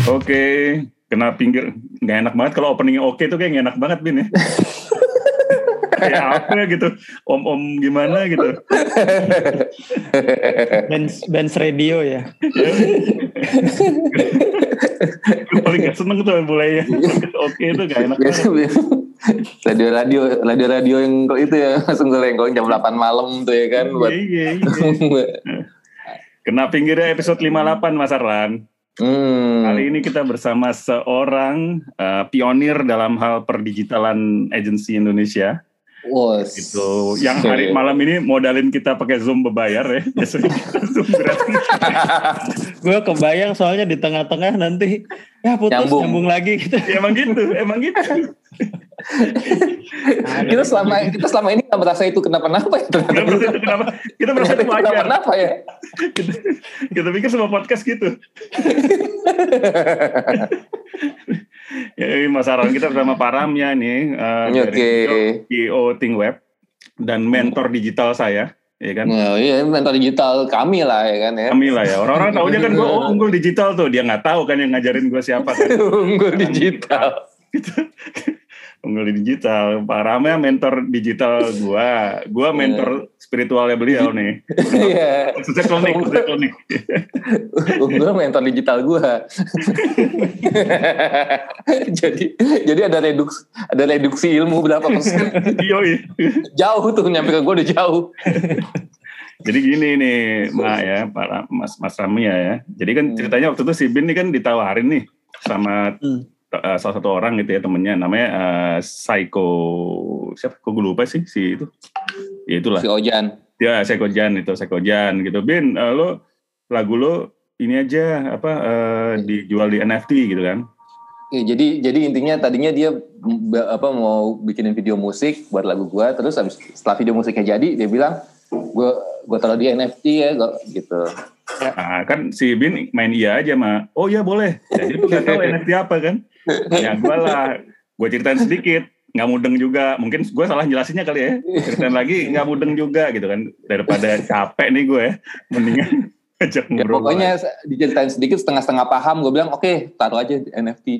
Oke, kena pinggir. Nggak enak banget kalau openingnya oke tuh kayak nggak enak banget, Bin ya. Kayak apa gitu, om-om gimana gitu. Benz radio ya. Gue paling gak seneng tuh mulainya. Oke itu gak enak banget. Radio yang itu ya langsung goleng jam 8 malam tuh ya kan. Iya. Kena pinggirnya episode 58 Mas Arlan. Kali ini kita bersama seorang pionir dalam hal perdigitalan agensi Indonesia. Gitu. Yang hari malam ini modalin kita pakai Zoom berbayar ya. Biasanya Zoom gratis. Gue kebayang soalnya di tengah-tengah nanti ya putus nyambung lagi gitu. Ya, emang gitu. Kita selama ini nggak merasa itu kenapa-napa ya. Kita merasa itu wajar. Kenapa ya? Kita pikir semua podcast gitu. Ya, Mas Arlan kita bersama Pak Ramya nih dari CEO ThinkWeb dan mentor digital saya, ya kan? Iya, mentor digital kami lah ya kan ya. Kami lah ya. Orang-orang taunya kan gue unggul digital tuh, dia nggak tahu kan yang ngajarin gue siapa kan. Unggul digital. Unggul digital. Pak Ramya mentor digital gue mentor spiritualnya beliau nih. Iya. Khususnya klinik. Unggul mentor digital gue. jadi ada reduksi ilmu berapa persen? Jauh tuh nyampe ke gue udah jauh. Jadi gini nih, Mak ya, Mas Ramya ya. Jadi kan ceritanya waktu itu si Bin ini kan ditawarin nih sama salah satu orang gitu ya temennya, namanya siapa? Kok gue lupa sih si itu. Ya itulah. Si Ojan. Ya, Sekojan gitu. Bin, lagu lo ini aja dijual di NFT gitu kan. Ya, jadi intinya tadinya dia mau bikinin video musik buat lagu gua, terus setelah video musiknya jadi dia bilang gua taruh di NFT ya gitu. Nah, kan si Bin main iya aja mah. Oh iya boleh. Jadi tuh gak tahu NFT apa kan. Ya gue ceritain sedikit. Gak mudeng juga. Mungkin gue salah jelasinnya kali ya. Ceritain lagi gak mudeng juga gitu kan. Daripada capek nih gue ya. Mendingan ajak ngobrol. Ya, pokoknya diceritain sedikit setengah-setengah paham. Gue bilang oke, taruh aja NFT.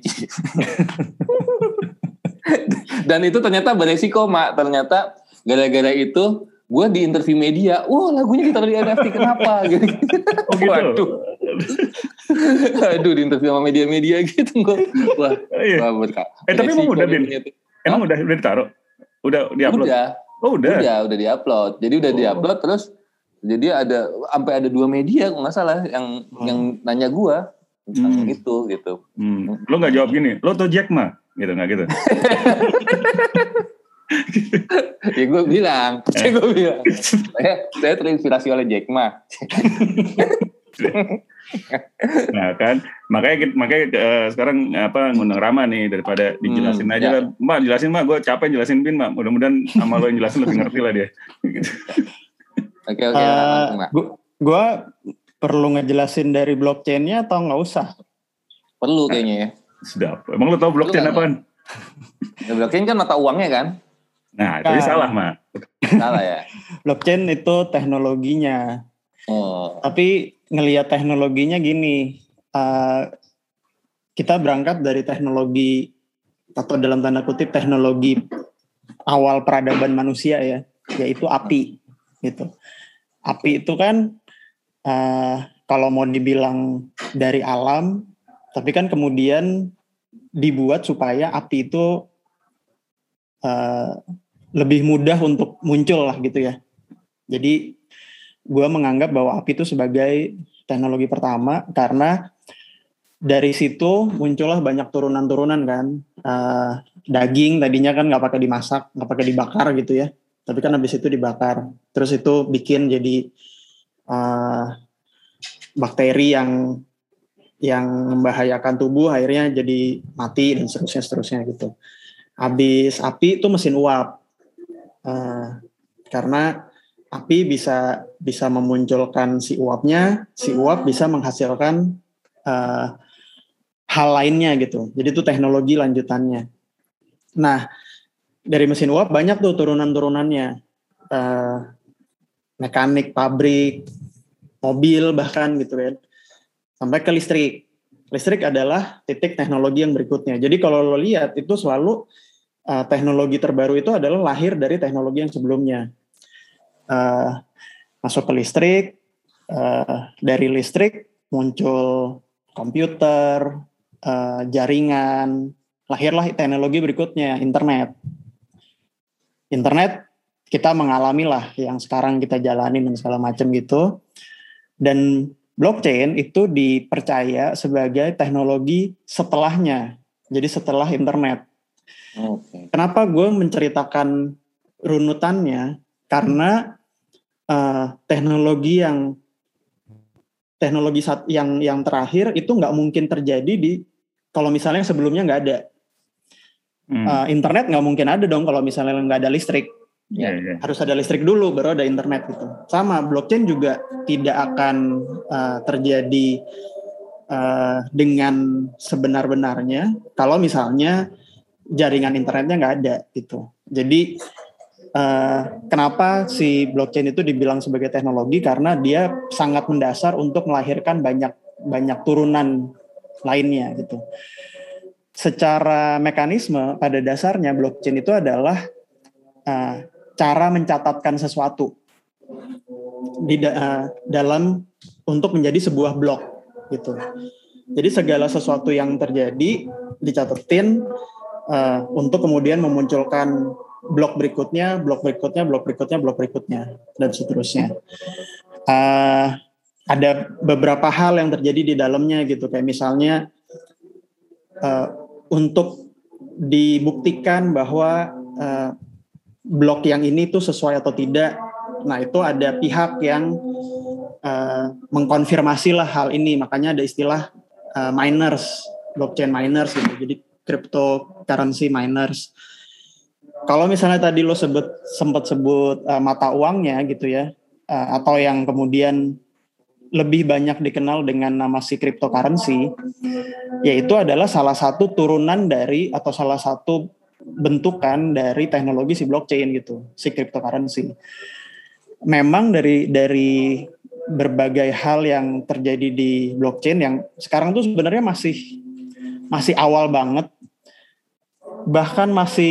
Dan itu ternyata beresiko Mak. Ternyata gara-gara itu gue di interview media, lagunya ditaruh di NFT, kenapa? Gitu. Oh gitu? Aduh, di interview sama media-media gitu. Wah berkah. Tapi emang udah, Bin? Emang udah ditaruh? Udah diupload? Udah diupload. Jadi udah diupload terus, jadi sampai ada 2 media, kalau nggak salah, yang nanya gue tentang itu gitu. Lo nggak jawab gini, lo tuh Jack Ma? Gitu, nggak gitu? Ya gue bilang, saya terinspirasi oleh Jack Ma. Nah kan, makanya sekarang ngundang Rama nih daripada dijelasin aja lah. Mbak jelasin Mbak, gue capek jelasin Bin Mbak. Mudah-mudahan sama lo yang jelasin lebih ngerti lah dia. Oke. Gue perlu ngejelasin dari blockchain-nya atau nggak usah? Perlu kayaknya ya. Sedap. Emang lo tau blockchain apaan? Ya, blockchain kan mata uangnya kan? Nah, jadi salah, Mak. Salah ya? Blockchain itu teknologinya. Tapi ngelihat teknologinya gini, kita berangkat dari teknologi, atau dalam tanda kutip teknologi awal peradaban manusia ya, yaitu api. Gitu. Api itu kan, kalau mau dibilang dari alam, tapi kan kemudian dibuat supaya api itu lebih mudah untuk muncul lah gitu ya. Jadi gue menganggap bahwa api itu sebagai teknologi pertama karena dari situ muncullah banyak turunan-turunan kan. Daging tadinya kan nggak pakai dimasak, nggak pakai dibakar gitu ya. Tapi kan habis itu dibakar. Terus itu bikin jadi bakteri yang membahayakan tubuh, akhirnya jadi mati dan seterusnya gitu. Habis api itu mesin uap, karena api bisa memunculkan si uapnya, si uap bisa menghasilkan hal lainnya gitu. Jadi itu teknologi lanjutannya. Nah dari mesin uap banyak tuh turunan-turunannya, mekanik, pabrik, mobil bahkan gitu kan, sampai ke listrik. Listrik adalah titik teknologi yang berikutnya. Jadi kalau lo lihat itu selalu teknologi terbaru itu adalah lahir dari teknologi yang sebelumnya. Masuk ke listrik, dari listrik muncul komputer, jaringan, lahirlah teknologi berikutnya, internet. Internet kita mengalami lah yang sekarang kita jalanin dan segala macam gitu. Dan blockchain itu dipercaya sebagai teknologi setelahnya. Jadi setelah internet. Okay. Kenapa gue menceritakan runutannya? Karena teknologi yang terakhir itu nggak mungkin terjadi kalau misalnya sebelumnya nggak ada. Internet nggak mungkin ada dong kalau misalnya nggak ada listrik. Harus ada listrik dulu baru ada internet gitu. Sama blockchain juga tidak akan terjadi dengan sebenar-benarnya kalau misalnya jaringan internetnya nggak ada gitu. Jadi kenapa si blockchain itu dibilang sebagai teknologi, karena dia sangat mendasar untuk melahirkan banyak turunan lainnya gitu. Secara mekanisme pada dasarnya blockchain itu adalah cara mencatatkan sesuatu dalam untuk menjadi sebuah blok gitu. Jadi segala sesuatu yang terjadi dicatetin untuk kemudian memunculkan blok berikutnya, blok berikutnya, blok berikutnya, blok berikutnya, dan seterusnya. Ada beberapa hal yang terjadi di dalamnya gitu, kayak misalnya untuk dibuktikan bahwa blok yang ini tuh sesuai atau tidak. Nah itu ada pihak yang mengkonfirmasi lah hal ini. Makanya ada istilah miners, blockchain miners gitu. Jadi cryptocurrency miners. Kalau misalnya tadi lo sempat sebut mata uangnya gitu ya, atau yang kemudian lebih banyak dikenal dengan nama si cryptocurrency, yaitu adalah salah satu turunan dari atau salah satu bentukan dari teknologi si blockchain gitu, si cryptocurrency. Memang dari berbagai hal yang terjadi di blockchain yang sekarang tuh sebenarnya masih awal banget, bahkan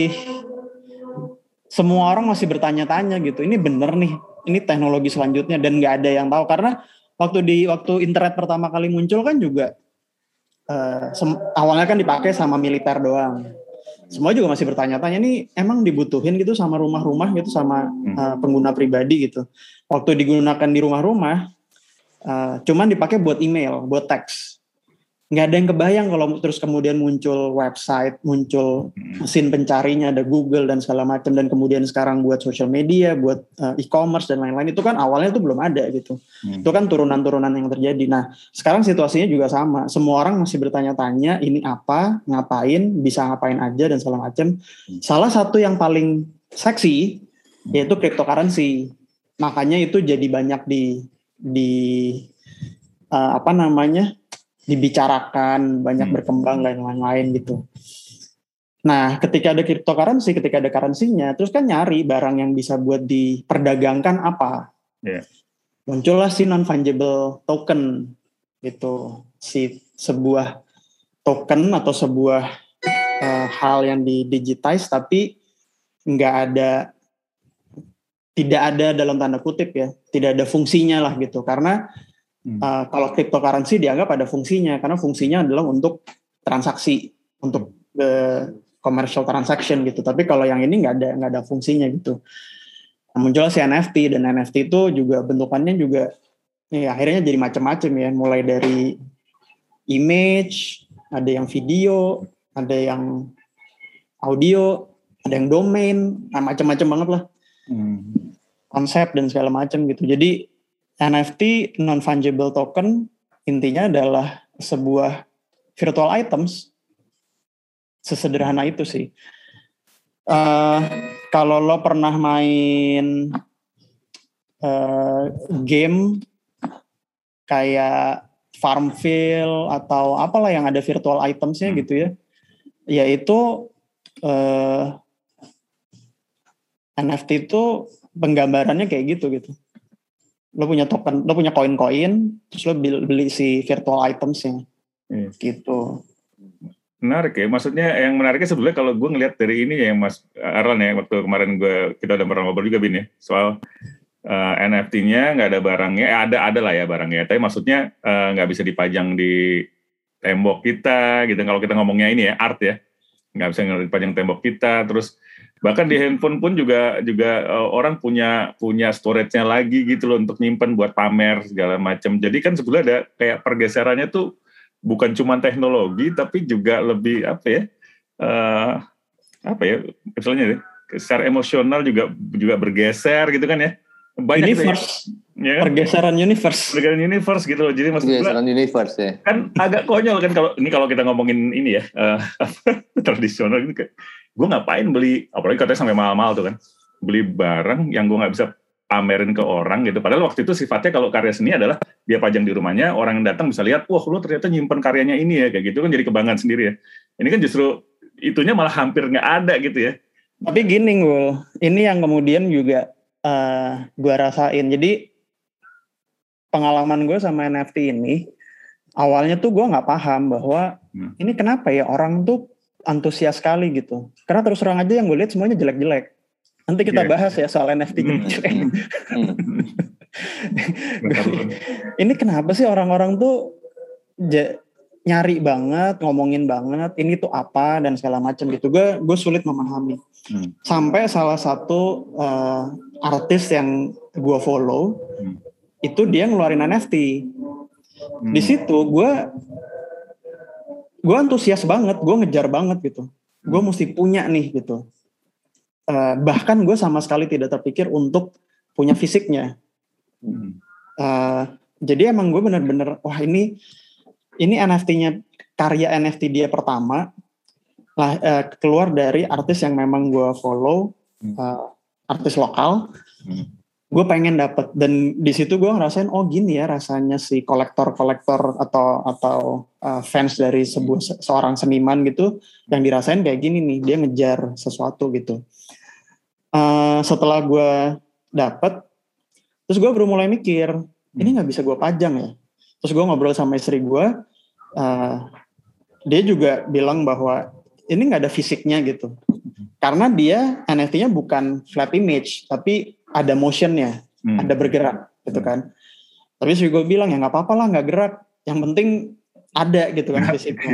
semua orang masih bertanya-tanya gitu, ini bener nih, ini teknologi selanjutnya, dan nggak ada yang tahu karena waktu internet pertama kali muncul kan juga awalnya kan dipakai sama militer doang. Semua juga masih bertanya-tanya nih emang dibutuhin gitu sama rumah-rumah gitu sama pengguna pribadi gitu. Waktu digunakan di rumah-rumah cuman dipakai buat email, buat teks. Nggak ada yang kebayang kalau terus kemudian muncul website, muncul mesin pencarinya, ada Google dan segala macam, dan kemudian sekarang buat social media, buat e-commerce dan lain-lain, itu kan awalnya itu belum ada gitu. Itu kan turunan-turunan yang terjadi. Nah sekarang situasinya juga sama, semua orang masih bertanya-tanya ini apa, ngapain, bisa ngapain aja dan segala macam. Salah satu yang paling seksi yaitu cryptocurrency. Makanya itu jadi banyak dibicarakan, banyak berkembang dan lain-lain gitu. Nah, ketika ada cryptocurrency, ketika ada currency-nya, terus kan nyari barang yang bisa buat diperdagangkan apa. Muncullah si non-fungible token gitu. Si sebuah token atau sebuah hal yang di-digitize tapi tidak ada dalam tanda kutip ya, tidak ada fungsinya lah gitu. Karena kalau cryptocurrency dianggap ada fungsinya, karena fungsinya adalah untuk transaksi, untuk commercial transaction gitu. Tapi kalau yang ini nggak ada fungsinya gitu. Nah, muncullah si NFT, dan NFT itu juga bentukannya juga akhirnya jadi macam-macam ya, mulai dari image, ada yang video, ada yang audio, ada yang domain, macam-macam banget lah. Konsep dan segala macam gitu. Jadi NFT, non-fungible token, intinya adalah sebuah virtual items. Sesederhana itu sih. Kalau lo pernah main game kayak Farmville atau apalah yang ada virtual items-nya gitu ya, yaitu NFT itu penggambarannya kayak gitu. Lo punya token, lo punya koin-koin, terus lo beli si virtual items-nya. Gitu. Menarik ya, maksudnya yang menariknya sebetulnya kalau gue ngelihat dari ini ya Mas Arlan ya, waktu kemarin kita udah pernah ngobrol juga Bin ya, soal NFT-nya nggak ada barangnya, ada lah ya barangnya, tapi maksudnya nggak bisa dipajang di tembok kita gitu, kalau kita ngomongnya ini ya art ya, nggak bisa dipajang tembok kita, terus bahkan di handphone pun juga orang punya storage-nya lagi gitu loh untuk nyimpen buat pamer segala macam. Jadi kan sebetulnya ada kayak pergeserannya tuh bukan cuma teknologi tapi juga lebih apa ya misalnya secara emosional juga bergeser gitu kan ya. Banyak universe, ya kan? Pergeseran universe gitu loh. Jadi maksudnya pergeseran universe ya. Kan agak konyol kan kalau kita ngomongin ini ya tradisional ini, gue ngapain beli, apalagi katanya sampai mahal-mahal tuh kan, beli barang yang gue nggak bisa pamerin ke orang gitu. Padahal waktu itu sifatnya kalau karya seni adalah dia pajang di rumahnya, orang yang datang bisa lihat, wah lu ternyata nyimpen karyanya ini ya, kayak gitu kan, jadi kebanggaan sendiri ya. Ini kan justru itunya malah hampir nggak ada gitu ya. Tapi gini Ngul, ini yang kemudian juga gue rasain. Jadi pengalaman gue sama NFT ini, awalnya tuh gue nggak paham bahwa ini kenapa ya orang tuh antusias sekali gitu. Karena terus terang aja yang gue lihat semuanya jelek-jelek. Nanti kita bahas ya soal NFT jelek. Ini kenapa sih orang-orang tuh nyari banget, ngomongin banget, ini tuh apa dan segala macam gitu. Gue sulit memahami. Sampai salah satu artis yang gue follow, itu dia ngeluarin NFT. Di situ gue antusias banget, gue ngejar banget gitu. Gue mesti punya nih gitu. Bahkan gue sama sekali tidak terpikir untuk punya fisiknya. Jadi emang gue bener-bener, wah ini NFT-nya, karya NFT dia pertama lah, keluar dari artis yang memang gue follow, artis lokal. Gue pengen dapet, dan di situ gue ngerasain, oh gini ya rasanya si kolektor atau fans dari seorang seniman gitu, yang dirasain kayak gini nih, dia ngejar sesuatu gitu. Setelah gue dapet, terus gue baru mulai mikir, ini nggak bisa gue pajang ya. Terus gue ngobrol sama istri gue, dia juga bilang bahwa ini nggak ada fisiknya gitu, karena dia NFT-nya bukan flat image, tapi ada motionnya, ada bergerak gitu kan. Tapi istri gue bilang ya nggak apa-apa lah, nggak gerak, yang penting ada gitu kan fisiknya.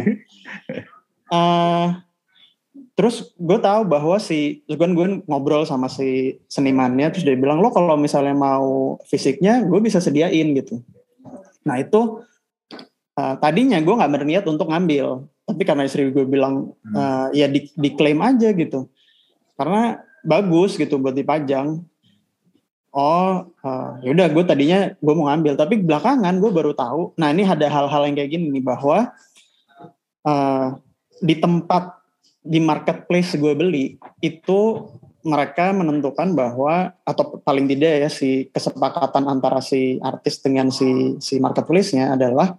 Terus gue tahu bahwa gue ngobrol sama si senimannya, terus dia bilang, lo kalau misalnya mau fisiknya gue bisa sediain gitu. Nah itu tadinya gue nggak berniat untuk ngambil, tapi karena istri gue bilang ya diklaim aja gitu, karena bagus gitu buat dipajang. Yaudah, gue tadinya gue mau ngambil, tapi belakangan gue baru tahu. Nah ini ada hal-hal yang kayak gini nih, bahwa di marketplace gue beli itu mereka menentukan bahwa, atau paling tidak ya, si kesepakatan antara si artis dengan si marketplace-nya adalah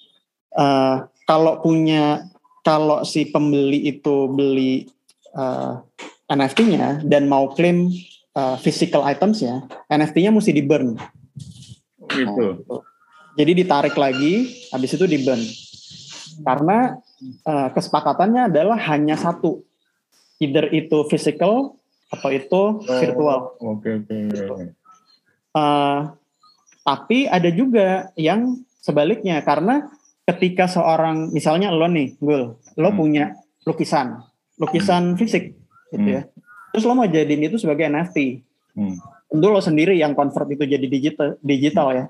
kalau si pembeli itu beli NFT-nya dan mau klaim physical items-nya, NFT-nya mesti di-burn. Gitu. Jadi ditarik lagi, habis itu di-burn. Karena kesepakatannya adalah hanya satu, either itu physical atau itu virtual. Oke. Tapi ada juga yang sebaliknya, karena ketika seorang, misalnya lo nih, lo punya lukisan fisik gitu ya, terus lo mau jadiin itu sebagai NFT, tentu lo sendiri yang convert itu jadi digital ya.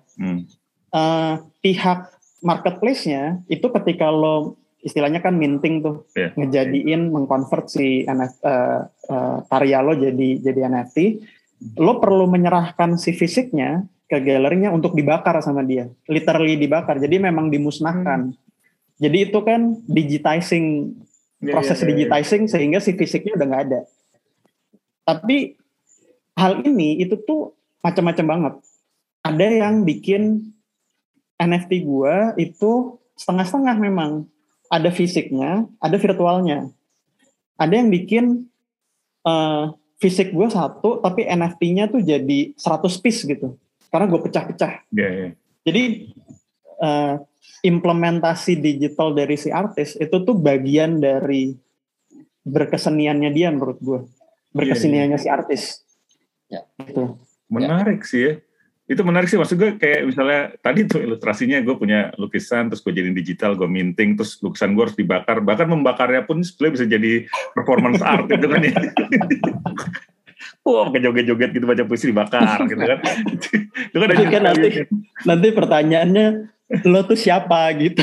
Pihak marketplace-nya itu ketika lo istilahnya kan minting tuh, ngejadiin, mengkonvert si karya lo jadi NFT, lo perlu menyerahkan si fisiknya ke galerinya untuk dibakar sama dia, literally dibakar. Jadi memang dimusnahkan. Jadi itu kan digitizing, proses digitizing, sehingga si fisiknya udah nggak ada. Tapi hal ini itu tuh macam-macam banget. Ada yang bikin NFT gua itu setengah-setengah memang. Ada fisiknya, ada virtualnya. Ada yang bikin fisik gue satu, tapi NFT-nya tuh jadi 100 piece gitu. Karena gue pecah-pecah. Jadi implementasi digital dari si artis itu tuh bagian dari berkeseniannya dia menurut gue. Berkeseniannya si artis. Ya. Gitu. Menarik sih ya. Itu menarik sih, maksud gue kayak misalnya tadi tuh ilustrasinya gue punya lukisan terus gue jadiin digital, gue minting, terus lukisan gue harus dibakar, bahkan membakarnya pun sebenarnya bisa jadi performance art gitu kan ya. Wah, pakai joget-joget gitu, baca puisi dibakar gitu kan. Itu kan ada kan nanti pertanyaannya lo tuh siapa gitu.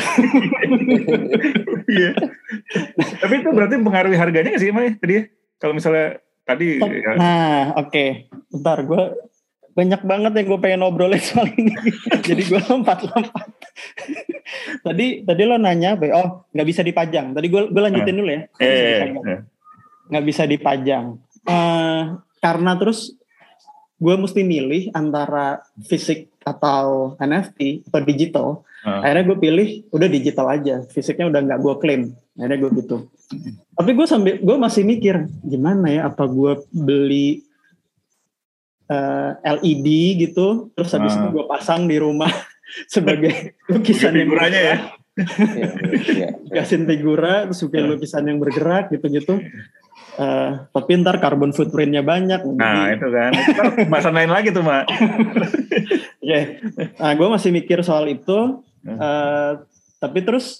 Iya. Tapi itu berarti mempengaruhi harganya nggak sih Mai tadi ya? Kalau misalnya tadi. Nah, oke. Bentar, gue banyak banget yang gue pengen ngobrolin soal ini. Jadi gue lompat-lompat. tadi lo nanya, nggak bisa dipajang. Tadi gue lanjutin dulu ya. Nggak bisa dipajang. Karena terus gue mesti milih antara fisik atau NFT atau digital. Akhirnya gue pilih udah digital aja. Fisiknya udah nggak gue klaim. Akhirnya gue gitu. Tapi gue masih mikir gimana ya, apa gue beli LED gitu, terus habis itu gue pasang di rumah sebagai lukisan yang figuranya ya. Kasih figura, terus lukisan yang bergerak gitu-gitu. Tapi ntar carbon footprintnya banyak. Nah itu kan, bahasan lain lagi tuh Mak. Nah gue masih mikir soal itu. Tapi terus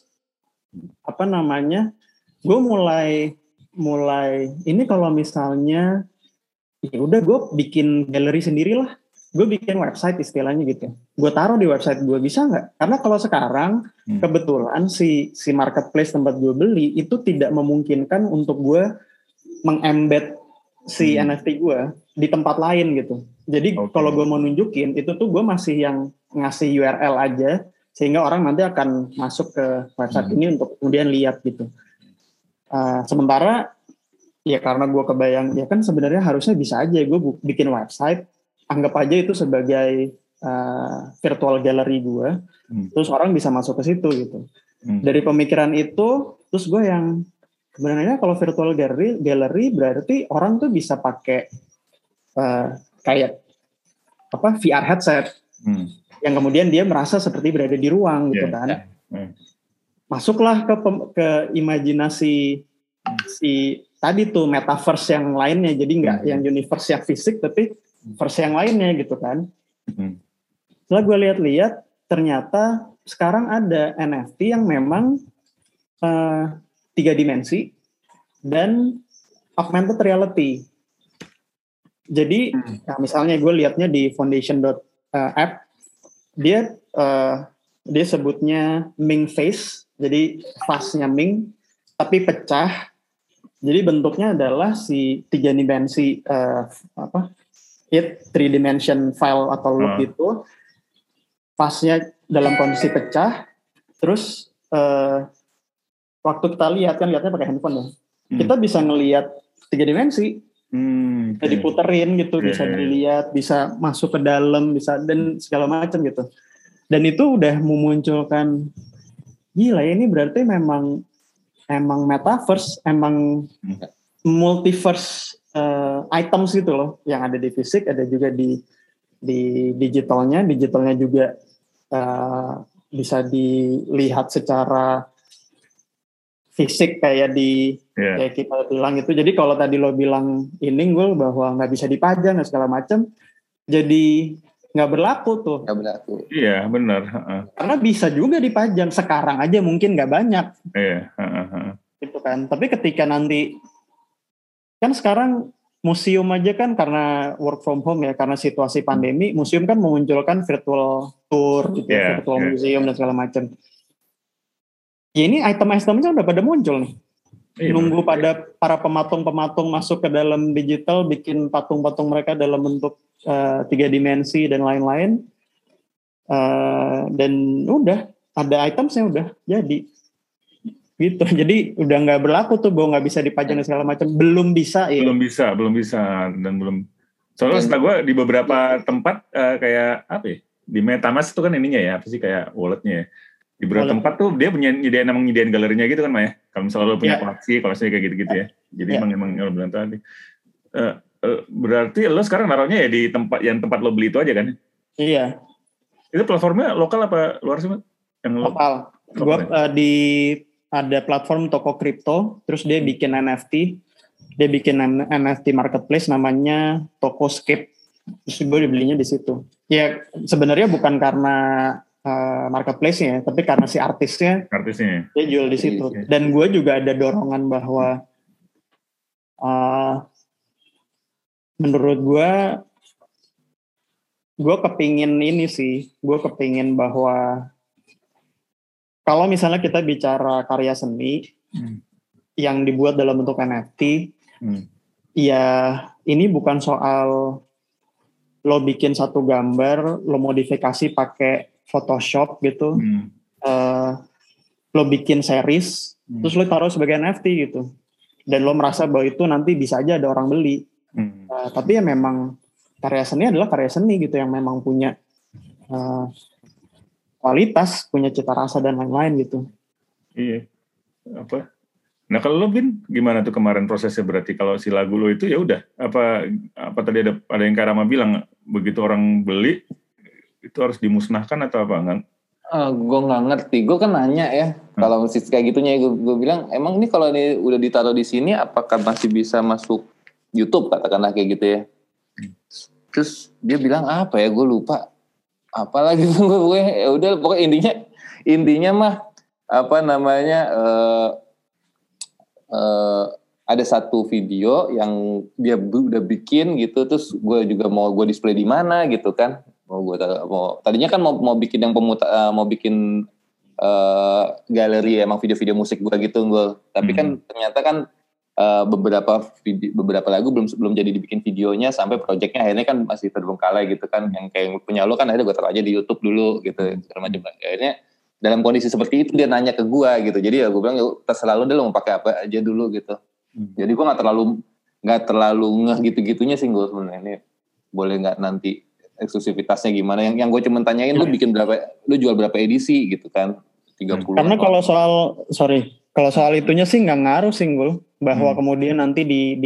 gue mulai ini kalau misalnya ya udah gue bikin galeri sendiri lah, gue bikin website istilahnya gitu, gue taruh di website gue, bisa nggak? Karena kalau sekarang kebetulan si marketplace tempat gue beli itu tidak memungkinkan untuk gue mengembed si NFT gue di tempat lain gitu. Jadi kalau gue mau nunjukin itu tuh gue masih yang ngasih URL aja, sehingga orang nanti akan masuk ke website ini untuk kemudian lihat gitu. Sementara ya karena gue kebayang ya kan sebenarnya harusnya bisa aja gue bikin website, anggap aja itu sebagai virtual gallery gue, terus orang bisa masuk ke situ gitu. Dari pemikiran itu, terus gue yang sebenarnya kalau virtual gallery berarti orang tuh bisa pakai kayak VR headset, yang kemudian dia merasa seperti berada di ruang gitu kan. Masuklah ke imajinasi si tadi tuh metaverse yang lainnya, jadi nggak yang universe yang fisik tapi verse yang lainnya gitu kan. Setelah gue lihat-lihat ternyata sekarang ada NFT yang memang 3 dimensi dan augmented reality. Jadi misalnya gue lihatnya di foundation.app, dia sebutnya Ming Face, jadi face-nya Ming tapi pecah. Jadi bentuknya adalah si 3 dimensi 3 dimension file atau loop itu, face-nya dalam kondisi pecah. Terus waktu kita lihatnya pakai handphone ya, kita bisa ngelihat 3 dimensi, bisa diputerin gitu, bisa dilihat, bisa masuk ke dalam, bisa dan segala macam gitu. Dan itu udah memunculkan, gila ini berarti memang metaverse, emang multiverse items gitu loh, yang ada di fisik, ada juga di digitalnya juga bisa dilihat secara fisik kayak kayak kita bilang itu. Jadi kalau tadi lo bilang bahwa nggak bisa dipajang dan segala macam, jadi nggak berlaku tuh. Nggak berlaku. Iya benar. Karena bisa juga dipajang sekarang aja mungkin nggak banyak. Iya. Gitu kan. Tapi ketika nanti kan sekarang museum aja kan karena work from home ya, karena situasi pandemi, museum kan memunculkan virtual tour gitu, virtual museum dan segala macam. Ya ini item-itemnya udah pada muncul nih. Nunggu pada para pematung-pematung masuk ke dalam digital, bikin patung-patung mereka dalam bentuk 3 dimensi dan lain-lain. Dan udah ada itemnya udah jadi. Gitu. Jadi udah nggak berlaku tuh bahwa nggak bisa dipajang dan segala macam. Belum bisa ya. Belum bisa dan belum. Soalnya setelah gue di beberapa tempat kayak apa ya? Di MetaMask itu kan ininya ya, apa sih kayak walletnya ya. Di beberapa tempat tuh dia nyediain galerinya gitu kan Maya. Kalau misalnya lo punya koleksi, kalau misalnya kayak gitu-gitu ya. Jadi emang lo bilang tadi. Berarti lo sekarang naruhnya ya di tempat lo beli itu aja kan? Iya. Itu platformnya lokal apa luar sih, Mas? Yang lo Lokal. Gue di ada platform toko kripto, terus dia bikin NFT, dia bikin NFT marketplace namanya Tokoscape. Terus gue dibelinya di situ. Ya sebenarnya bukan karena marketplace-nya, tapi karena si artisnya dia jual di situ. Dan gue juga ada dorongan bahwa menurut gue kepingin ini sih, gue kepingin bahwa kalau misalnya kita bicara karya seni yang dibuat dalam bentuk NFT, ya ini bukan soal lo bikin satu gambar, lo modifikasi pakai Photoshop gitu, lo bikin series, terus lo taruh sebagai NFT gitu, dan lo merasa bahwa itu nanti bisa aja ada orang beli. Tapi ya memang karya seni adalah karya seni gitu, yang memang punya kualitas, punya cita rasa dan lain-lain gitu. Iya. Apa? Nah kalau lo Bin, gimana tuh kemarin prosesnya? Berarti kalau si lagu lo itu ya udah apa tadi ada yang Kak Rama bilang begitu orang beli itu harus dimusnahkan atau apa enggak? Gue nggak ngerti. Gue kan nanya ya kalau masih kayak gitunya, gue bilang emang ini kalau ini udah ditaruh di sini apakah masih bisa masuk YouTube katakanlah kayak gitu ya. Terus dia bilang apa ya, gue lupa. Apalagi gue ya udah pokoknya intinya mah apa namanya ada satu video yang dia udah bikin gitu, terus gue juga mau gue display di mana gitu kan, tadinya kan mau bikin yang mau bikin galeri emang video-video musik gue gitu gue, tapi kan ternyata kan beberapa lagu belum jadi dibikin videonya sampai projectnya akhirnya kan masih terbengkalai gitu kan, yang kayak punya lo kan akhirnya gue taruh aja di YouTube dulu gitu segala macam. Akhirnya dalam kondisi seperti itu dia nanya ke gue gitu, jadi ya gue bilang ya terserah lo deh lo mau pakai apa aja dulu gitu. Jadi gue nggak terlalu ngeh gitu-gitunya sih gue sebenarnya. Ini boleh nggak nanti eksklusivitasnya gimana? Yang gue cuma tanyain lu jual berapa edisi gitu kan? 30. Karena kalau soal itunya sih nggak ngaruh sih gue, bahwa kemudian nanti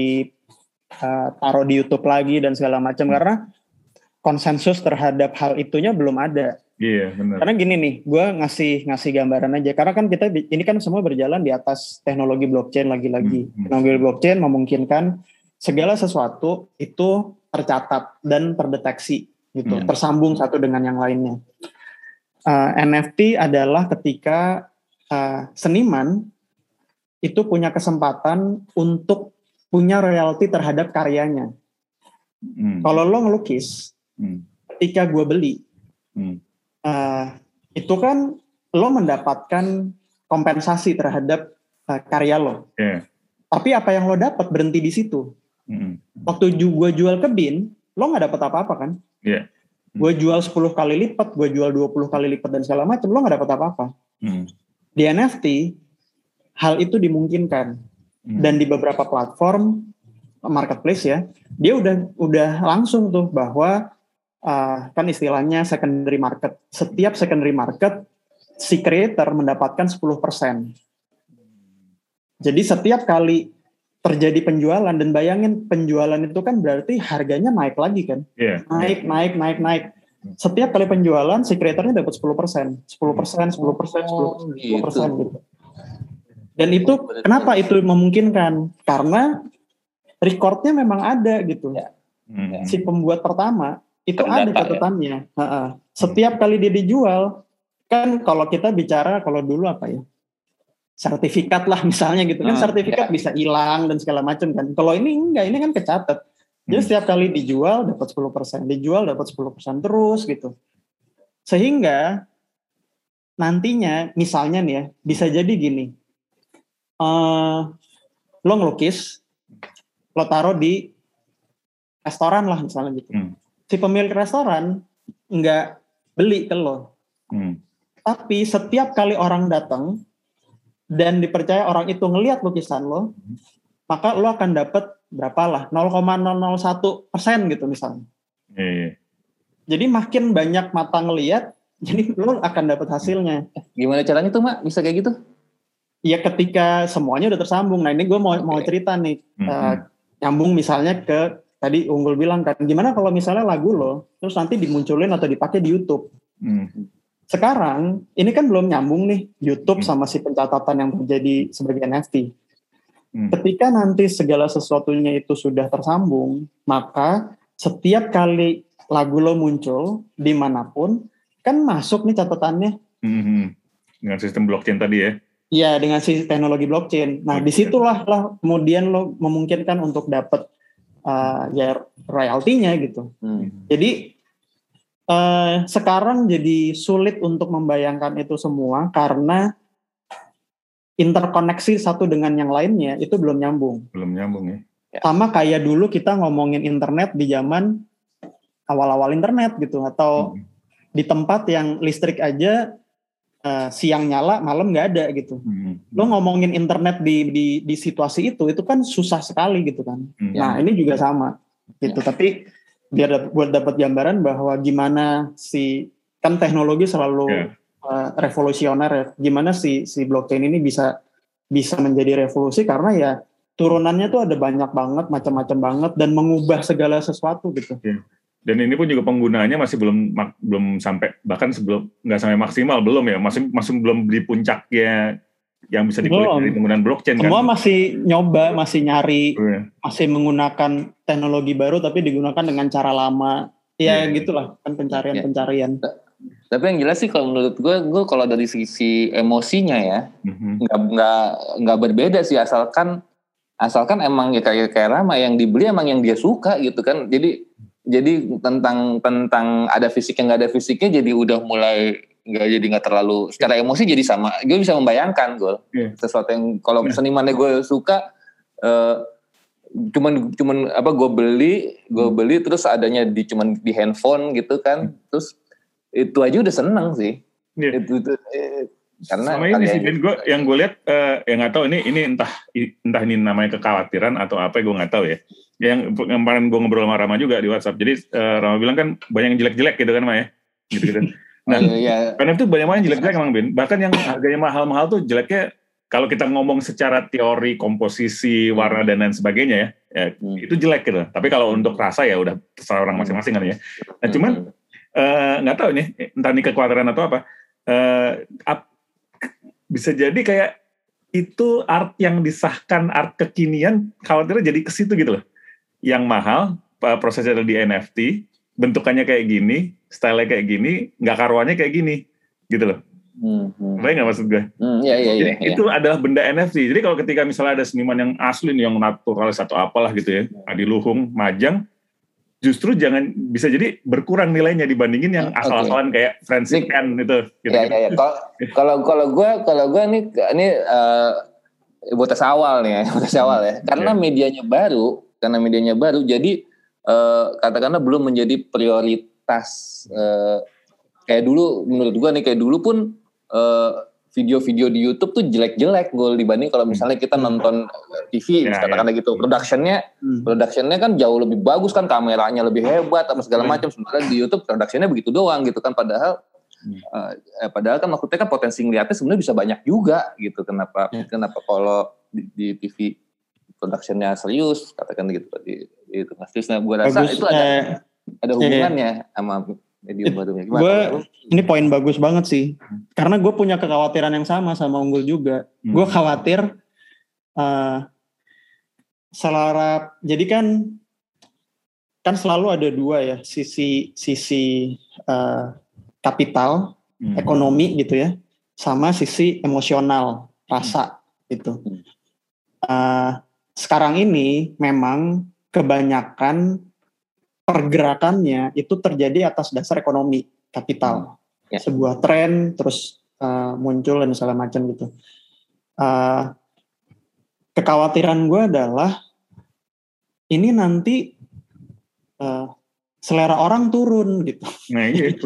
taruh di YouTube lagi dan segala macam, karena konsensus terhadap hal itunya belum ada. Iya, benar. Karena gini nih, gue ngasih gambaran aja. Karena kan kita ini kan semua berjalan di atas teknologi blockchain lagi-lagi. Teknologi blockchain memungkinkan segala sesuatu itu tercatat dan terdeteksi gitu, tersambung satu dengan yang lainnya. NFT adalah ketika seniman itu punya kesempatan untuk punya royalti terhadap karyanya. Kalau lo ngelukis, ketika gue beli, itu kan lo mendapatkan kompensasi terhadap karya lo. Tapi apa yang lo dapat berhenti di situ. Waktu gue jual ke Bin, lo nggak dapat apa-apa kan? Gue jual 10 kali lipat, gue jual 20 kali lipat dan segala macam, lo nggak dapat apa-apa. Di NFT hal itu dimungkinkan, dan di beberapa platform marketplace ya, dia udah langsung tuh bahwa kan istilahnya secondary market. Setiap secondary market si creator mendapatkan 10%. Jadi setiap kali terjadi penjualan, dan bayangin penjualan itu kan berarti harganya naik lagi kan? Naik. Setiap kali penjualan si creatornya dapat 10%. 10% gitu. Dan itu kenapa itu memungkinkan? Karena recordnya memang ada gitu. Si pembuat pertama itu ada catatannya. Setiap kali dia dijual, kan kalau kita bicara kalau dulu apa ya? Sertifikat lah misalnya gitu kan, sertifikat bisa hilang dan segala macam kan. Kalau ini enggak, ini kan kecatat. Jadi setiap kali dijual dapat 10%, dijual dapat 10% terus gitu. Sehingga nantinya misalnya nih ya, bisa jadi gini. Lo ngelukis, lo taruh di restoran lah misalnya gitu. Si pemilik restoran nggak beli ke lo. Tapi setiap kali orang datang dan dipercaya orang itu ngelihat lukisan lo, maka lo akan dapat berapa lah, 0,001% gitu misalnya. Jadi makin banyak mata ngelihat, jadi lo akan dapat hasilnya. Gimana caranya tuh Mak, bisa kayak gitu? Ya ketika semuanya udah tersambung. Nah ini gue mau cerita nih, nyambung misalnya ke tadi Unggul bilang kan, gimana kalau misalnya lagu lo terus nanti dimunculin atau dipakai di YouTube. sekarang ini kan belum nyambung nih YouTube sama si pencatatan yang terjadi sebagai NFT. Ketika nanti segala sesuatunya itu sudah tersambung, maka setiap kali lagu lo muncul dimanapun kan masuk nih catatannya. Dengan sistem blockchain tadi ya. Iya, dengan si teknologi blockchain. Nah, disitulah kemudian lo memungkinkan untuk dapat ya royaltinya gitu. Jadi sekarang jadi sulit untuk membayangkan itu semua karena interkoneksi satu dengan yang lainnya itu belum nyambung. Belum nyambung ya. Sama kayak dulu kita ngomongin internet di zaman awal-awal internet gitu, atau di tempat yang listrik aja siang nyala malam nggak ada gitu. Lo ngomongin internet di situasi itu kan susah sekali gitu kan. Nah ini juga sama gitu. Tapi biar buat dapat gambaran bahwa gimana kan teknologi selalu revolusioner ya. Gimana si blockchain ini bisa menjadi revolusi karena ya turunannya tuh ada banyak banget, macam-macam banget, dan mengubah segala sesuatu gitu. Dan ini pun juga penggunaannya masih belum sampai, bahkan nggak sampai maksimal, belum ya, masih belum di puncaknya yang bisa dipilih dari penggunaan blockchain. Semua kan masih nyoba, masih nyari, masih menggunakan teknologi baru tapi digunakan dengan cara lama. Ya gitulah kan pencarian. Tapi yang jelas sih kalau menurut gue kalau dari sisi emosinya ya nggak berbeda sih, asalkan emang ya kayak Rama yang dibeli emang yang dia suka gitu kan. Jadi tentang ada fisiknya nggak ada fisiknya jadi udah mulai nggak terlalu secara emosi, jadi sama. Gue bisa membayangkan sesuatu yang kalau senimannya gue suka cuman gue beli terus adanya cuman di handphone gitu kan, terus itu aja udah seneng sih. Itu karena sama ini sih yang gue lihat yang nggak tahu ini entah ini namanya kekhawatiran atau apa, gue nggak tahu ya. Yang kemarin gue ngobrol sama Rama juga di WhatsApp. Jadi Rama bilang kan banyak yang jelek-jelek gitu kan, Maya. Gitu. Nah, karena itu banyak yang jelek-jelek emang, Bin. Bahkan yang harganya mahal-mahal tuh jeleknya, kalau kita ngomong secara teori komposisi warna dan lain sebagainya ya itu jelek gitu. Tapi kalau untuk rasa ya udah terserah orang masing-masing kan ya. Nah, cuman nggak tahu nih, entah ini kekhawatiran atau apa. Bisa jadi kayak itu art yang disahkan, art kekinian, khawatirnya jadi ke situ gitu loh. Yang mahal, prosesnya di NFT, bentukannya kayak gini, style-nya kayak gini, nggak karuannya kayak gini, gitu loh. Baik nggak maksud gue? Jadi itu adalah benda NFT. Jadi kalau ketika misalnya ada seniman yang asli, yang naturalis atau apalah gitu ya, Adi Luhung, Majang, justru bisa jadi berkurang nilainya dibandingin yang asal-asalan kayak Francis Can itu. Gitu. Kalau gue ini botas awal nih ya. Karena medianya baru, jadi katakanlah belum menjadi prioritas kayak dulu. Menurut gue nih, kayak dulu pun video-video di YouTube tuh jelek-jelek gue dibanding kalau misalnya kita nonton TV, katakanlah gitu. Productionnya kan jauh lebih bagus kan, kameranya lebih hebat apa segala macam. Sementara di YouTube productionnya begitu doang gitu kan. Padahal kan maksudnya kan potensi ngeliatnya sebenarnya bisa banyak juga gitu. Kenapa kalau di TV productionnya serius, katakan gitu di itu Mas Tris. Nah, gue rasa bagus, itu ada hubungannya sama medium barunya. Ini poin bagus banget sih, karena gue punya kekhawatiran yang sama Unggul juga. Gue khawatir selera, jadi kan selalu ada dua ya, sisi kapital, ekonomi gitu ya, sama sisi emosional, rasa gitu. Sekarang ini memang kebanyakan pergerakannya itu terjadi atas dasar ekonomi, kapital. Sebuah tren terus muncul dan segala macam gitu. Kekhawatiran gue adalah ini nanti selera orang turun gitu. Nah gitu.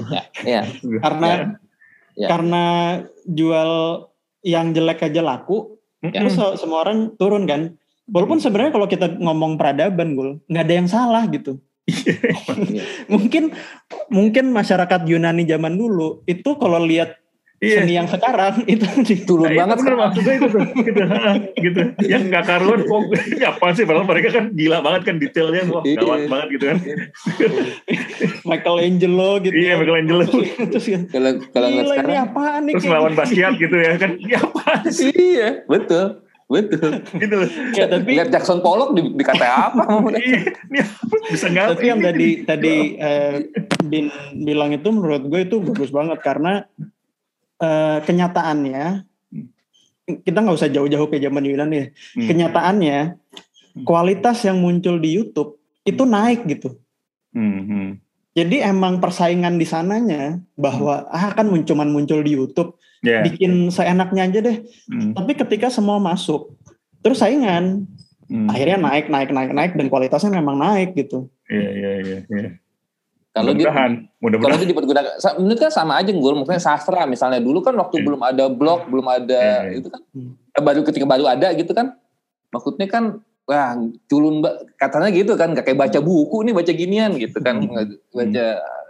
Karena jual yang jelek aja laku, terus semua orang turun kan. Walaupun sebenarnya kalau kita ngomong peradaban, nggak ada yang salah gitu. mungkin masyarakat Yunani zaman dulu itu kalau lihat seni yang sekarang itu turun banget bener maksudnya itu tuh gitu yang nggak karuan kok apa sih padahal mereka kan gila banget kan detailnya wah gawat banget gitu kan Michelangelo gitu iya Michelangelo terus kalau gila sekarang ini apaan nih terus melawan Basquiat gitu ya kan ini apaan sih iya betul gitu loh ya, tapi lihat Jackson Pollock dikata apa iya ini bisa nggak tapi yang tadi Bin bilang itu menurut gue itu bagus banget karena kenyataannya kita nggak usah jauh-jauh ke zaman Yunani ya. Kenyataannya kualitas yang muncul di YouTube itu naik gitu. Jadi emang persaingan di sananya bahwa kan cuman muncul di YouTube, bikin seenaknya aja deh. Tapi ketika semua masuk, terus saingan akhirnya naik dan kualitasnya memang naik gitu. Iya. Kalau dia dipergunakan, menurut kan sama aja gue, maksudnya sastra misalnya dulu kan waktu belum ada blog, belum ada itu kan, ketika baru ada gitu kan, maksudnya kan, wah culun katanya gitu kan, gak kayak baca buku nih baca ginian gitu kan, baca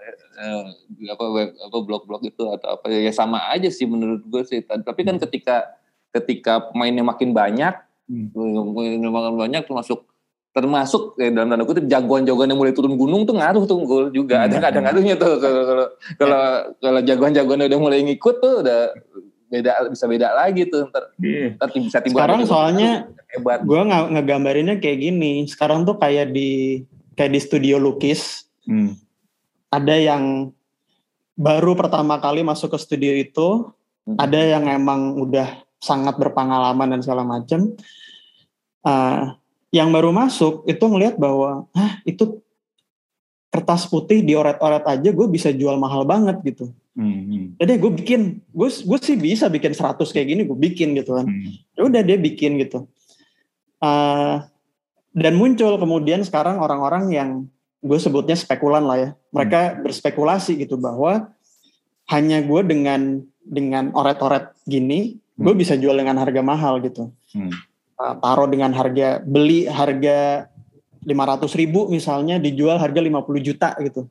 apa blog-blog itu atau apa ya sama aja sih menurut gue sih. Tapi kan ketika pemainnya makin banyak termasuk dalam tanda kutip jagoan-jagoan yang mulai turun gunung tuh ngaruh tuh gol juga ada ngaruhnya tuh kalau jagoan-jagoan udah mulai ngikut tuh udah bisa beda lagi tuh ntar bisa timbul sekarang soalnya gue ngegambarinnya kayak gini sekarang tuh kayak di studio lukis ada yang baru pertama kali masuk ke studio itu ada yang emang udah sangat berpengalaman dan segala macem yang baru masuk itu ngelihat bahwa itu kertas putih dioret-oret aja gue bisa jual mahal banget gitu. Jadi gue sih bisa bikin 100 kayak gini gue bikin gitu kan. Ya udah dia bikin gitu. Dan muncul kemudian sekarang orang-orang yang gue sebutnya spekulan lah ya. Mereka berspekulasi gitu bahwa hanya gue dengan oret-oret gini gue bisa jual dengan harga mahal gitu. Taruh dengan beli harga 500.000 misalnya dijual harga 50 juta gitu.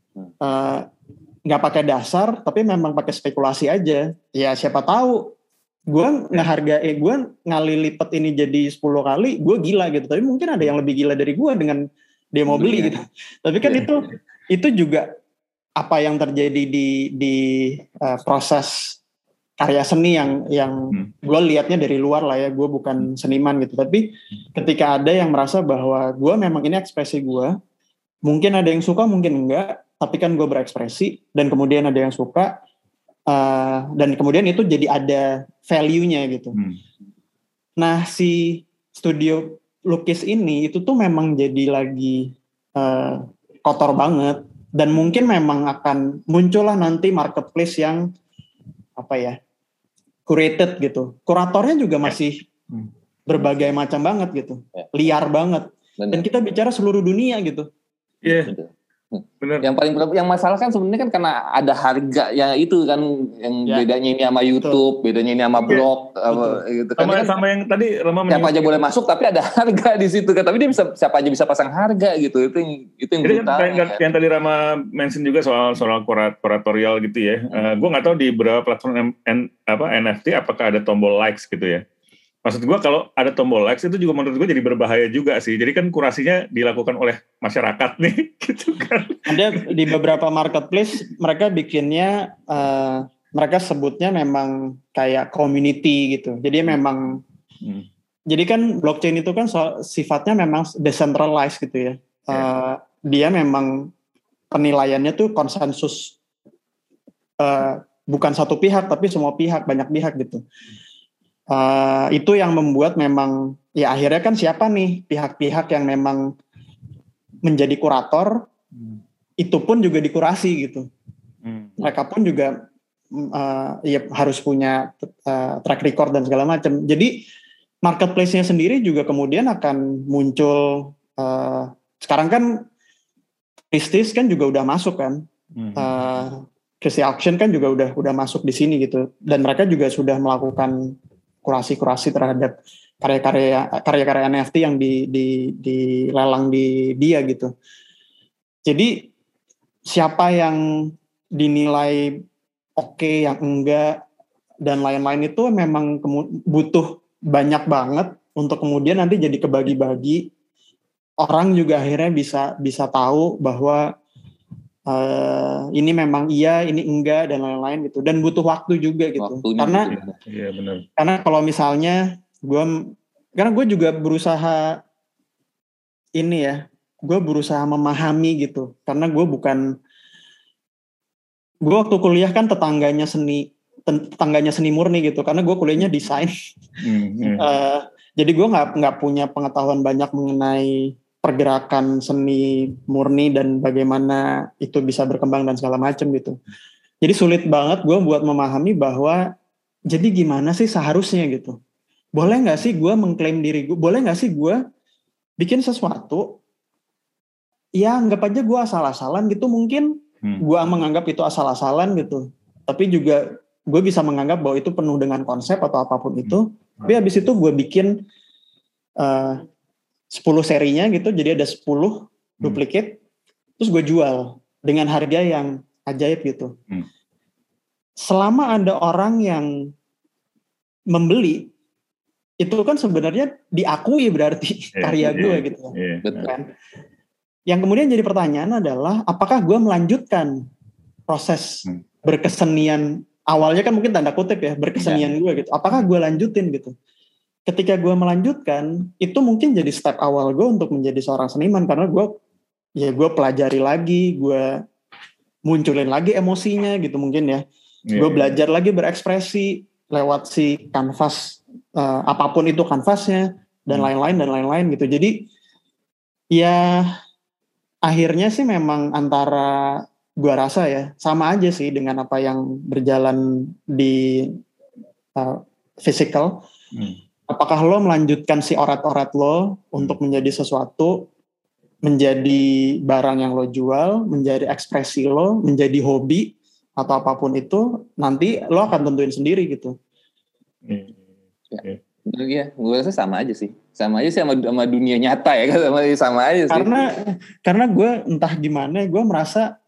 Nggak pakai dasar tapi memang pakai spekulasi aja. Ya siapa tahu gue gue ngali lipat ini jadi 10 kali gue gila gitu. Tapi mungkin ada yang lebih gila dari gue dengan dia mau beli gitu. Tapi kan itu juga apa yang terjadi di proses karya seni yang gue liatnya dari luar lah ya, gue bukan seniman gitu, tapi ketika ada yang merasa bahwa gue memang ini ekspresi gue, mungkin ada yang suka mungkin enggak, tapi kan gue berekspresi dan kemudian ada yang suka dan kemudian itu jadi ada value-nya gitu. Nah si studio lukis ini itu tuh memang jadi lagi kotor banget dan mungkin memang akan muncullah nanti marketplace yang apa ya curated gitu. Kuratornya juga masih berbagai macam banget gitu. Liar banget. Bener. Dan kita bicara seluruh dunia gitu. Iya. Benar. Yang masalah kan sebenarnya kan karena ada harga yang itu kan yang bedanya ini sama YouTube, bedanya ini sama blog gitu kan. Sama yang tadi Rama siapa aja boleh masuk tapi ada harga di situ kan. Tapi dia siapa aja bisa pasang harga gitu. Itu yang brutal. Yang tadi Rama mention juga soal kuratorial gitu ya. Gue nggak tahu di beberapa platform NFT apakah ada tombol likes gitu ya. Maksud gue kalau ada tombol likes itu juga menurut gue jadi berbahaya juga sih. Jadi kan kurasinya dilakukan oleh masyarakat nih, gitu kan. Ada di beberapa marketplace mereka bikinnya, mereka sebutnya memang kayak community gitu. Jadi memang, jadi kan blockchain itu kan sifatnya memang decentralized gitu ya. Dia memang penilaiannya tuh konsensus, bukan satu pihak tapi semua pihak, banyak pihak gitu. Itu yang membuat memang ya akhirnya kan siapa nih pihak-pihak yang memang menjadi kurator itu pun juga dikurasi gitu. Mereka pun juga ya harus punya track record dan segala macam. Jadi marketplace-nya sendiri juga kemudian akan muncul. Sekarang kan Christie's kan juga udah masuk kan. Christie Auction kan juga udah masuk di sini gitu. Dan mereka juga sudah melakukan kurasi terhadap karya-karya NFT yang dilelang di dia gitu. Jadi siapa yang dinilai oke, yang enggak, dan lain-lain itu memang butuh banyak banget untuk kemudian nanti jadi kebagi-bagi. Orang juga akhirnya bisa tahu bahwa ini memang iya, ini enggak, dan lain-lain gitu. Dan butuh waktu juga gitu. Waktunya Karena kalau misalnya karena gue juga berusaha berusaha memahami gitu. Karena gue waktu kuliah kan tetangganya seni murni gitu. Karena gue kuliahnya desain. Jadi gue nggak punya pengetahuan banyak mengenai pergerakan seni murni dan bagaimana itu bisa berkembang dan segala macam gitu. Jadi sulit banget gue buat memahami bahwa jadi gimana sih seharusnya gitu. Boleh nggak sih gue mengklaim diri gue? Boleh nggak sih gue bikin sesuatu? Ya anggap aja gue asal-asalan gitu. Mungkin gue menganggap itu asal-asalan gitu. Tapi juga gue bisa menganggap bahwa itu penuh dengan konsep atau apapun itu. Tapi habis itu gue bikin 10 serinya gitu, jadi ada 10 duplicate, terus gue jual dengan harga yang ajaib gitu. Selama ada orang yang membeli, itu kan sebenarnya diakui berarti karya gue gitu. Kan? Yang kemudian jadi pertanyaan adalah, apakah gue melanjutkan proses berkesenian, awalnya kan mungkin tanda kutip ya, berkesenian gue gitu. Apakah gue lanjutin gitu? Ketika gue melanjutkan, itu mungkin jadi step awal gue untuk menjadi seorang seniman, karena gue pelajari lagi, gue munculin lagi emosinya gitu mungkin ya. Gue belajar lagi berekspresi lewat si kanvas, apapun itu kanvasnya dan lain-lain gitu. Jadi ya akhirnya sih memang antara gue rasa ya sama aja sih dengan apa yang berjalan di physical. Apakah lo melanjutkan si orat-orat lo untuk menjadi sesuatu, menjadi barang yang lo jual, menjadi ekspresi lo, menjadi hobi, atau apapun itu, nanti lo akan tentuin sendiri gitu. Iya, gue rasa sama aja sih. Sama aja sih sama dunia nyata ya, sama aja sih. Karena gue entah gimana, gue merasa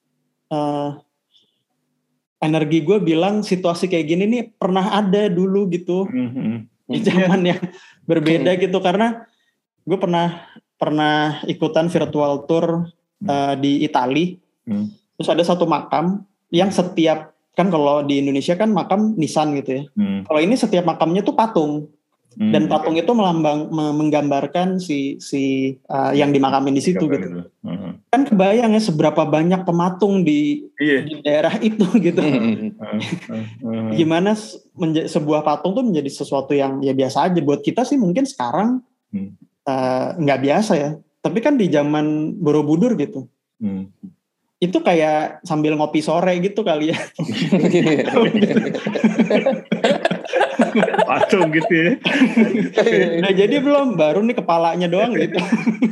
energi gue bilang situasi kayak gini nih pernah ada dulu gitu. Di zaman yang berbeda gitu, karena gue pernah ikutan virtual tour di Itali. Terus ada satu makam yang setiap, kan kalau di Indonesia kan makam nisan gitu ya. Kalau ini setiap makamnya tuh patung. Dan patung itu menggambarkan si yang dimakamin di situ gitu. Kan kebayang ya seberapa banyak pematung di daerah itu gitu. Gimana sebuah patung tuh menjadi sesuatu yang ya biasa aja buat kita sih, mungkin sekarang nggak biasa ya. Tapi kan di zaman Borobudur gitu. Itu kayak sambil ngopi sore gitu kali ya. Patung gitu ya. Nah jadi belum, baru nih kepalanya doang gitu.